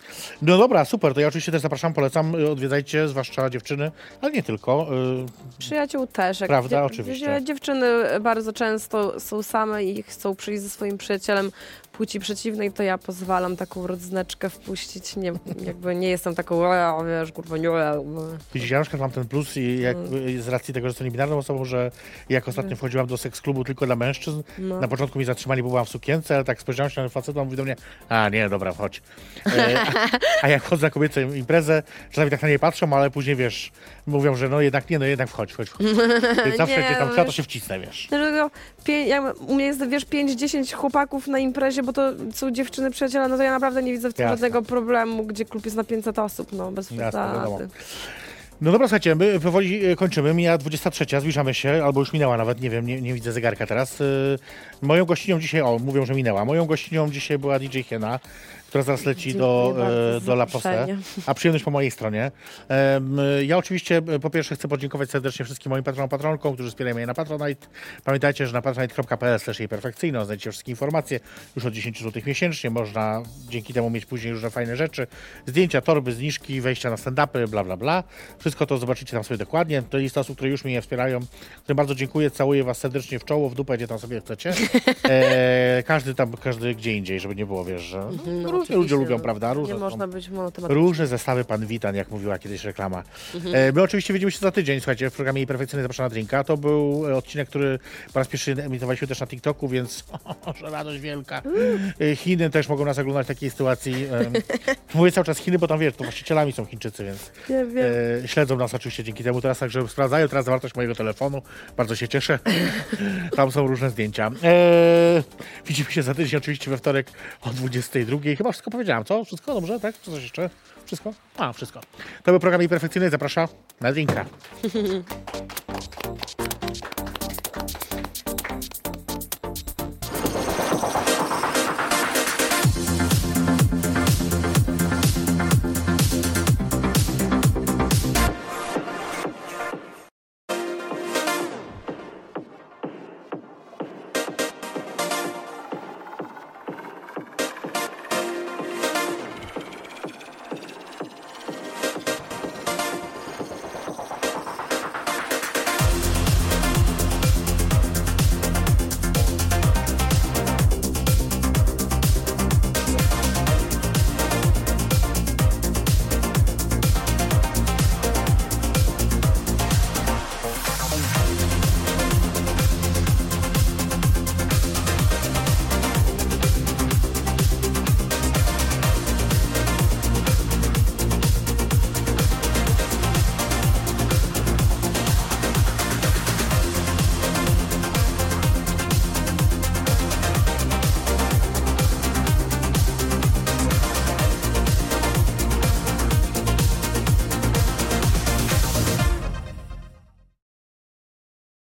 Speaker 2: No dobra, super, to ja oczywiście też zapraszam, polecam, odwiedzajcie, zwłaszcza dziewczyny, ale nie tylko.
Speaker 3: Przyjaciół też. Jak
Speaker 2: Prawda, oczywiście.
Speaker 3: Dziewczyny bardzo często są same i chcą przyjść ze swoim przyjacielem płci przeciwnej, to ja pozwalam taką rodzineczkę wpuścić. Nie, jakby nie jestem taką, wiesz, kurwa, nie.
Speaker 2: Widzisz, ja na przykład mam ten plus i z racji tego, że jestem niebinarną osobą, że jak ostatnio wchodziłam do seks-klubu tylko dla mężczyzn, na początku mi zatrzymali, bo byłam w sukience, ale tak spojrzałem się na faceta, on mówi do mnie, a nie, dobra, chodź. A jak chodzę na kobiecą imprezę, czasami tak na nie patrzą, ale później, wiesz, mówią, że no jednak nie, no jednak wchodź. Zawsze
Speaker 3: Nie,
Speaker 2: gdzie tam
Speaker 3: no
Speaker 2: trzeba, to
Speaker 3: wiesz.
Speaker 2: się wcisnę, wiesz.
Speaker 3: Dlatego u mnie jest, wiesz, 5-10 chłopaków na imprezie, bo to są dziewczyny przyjaciele, no to ja naprawdę nie widzę w tym
Speaker 2: Jasne.
Speaker 3: żadnego problemu, gdzie klub jest na 500 osób, no bez
Speaker 2: wiadomo.
Speaker 3: przesady.
Speaker 2: No dobra, słuchajcie, my powoli kończymy. Mija 23, zbliżamy się, albo już minęła nawet, nie wiem, nie widzę zegarka teraz. Moją gościnią dzisiaj, mówią, że minęła. Moją gościnią dzisiaj była DJ Hiena, która zaraz leci
Speaker 3: Dziękuję
Speaker 2: do
Speaker 3: bardzo za
Speaker 2: La Poste,
Speaker 3: zaproszenie.
Speaker 2: a przyjemność po mojej stronie. Ja oczywiście po pierwsze chcę podziękować serdecznie wszystkim moim patronkom, którzy wspierają mnie na Patronite. Pamiętajcie, że na patronite.pl/jejperfekcyjno znajdziecie wszystkie informacje. Już od 10 zł miesięcznie można dzięki temu mieć później różne fajne rzeczy. Zdjęcia, torby, zniżki, wejścia na stand-upy, bla, bla, bla. Wszystko to zobaczycie tam sobie dokładnie. To jest osób, które już mnie wspierają. Którym bardzo dziękuję. Całuję was serdecznie w czoło, w dupę, gdzie tam sobie chcecie. Każdy gdzie indziej, żeby nie było, wiesz, że różnie ludzie lubią, prawda? Różne
Speaker 3: Nie
Speaker 2: są.
Speaker 3: można być monotematycznym.
Speaker 2: Różne zestawy pan Witan, jak mówiła kiedyś reklama. My oczywiście widzimy się za tydzień, słuchajcie, w programie Perfekcyjny zapraszam na drinka. To był odcinek, który po raz pierwszy emitowaliśmy też na TikToku, więc że radość wielka. Chiny też mogą nas oglądać w takiej sytuacji. Mówię cały czas Chiny, bo tam wiesz, to właścicielami są Chińczycy, więc
Speaker 3: Wiem.
Speaker 2: śledzą nas oczywiście dzięki temu. Teraz także sprawdzają teraz zawartość mojego telefonu. Bardzo się cieszę. Tam są różne zdjęcia. Widzimy się za tydzień oczywiście we wtorek o 22. Chyba wszystko powiedziałam, co? Wszystko dobrze, tak? Czy coś jeszcze? Wszystko? Wszystko. To był program Perfekcyjny. Zapraszam na drinka.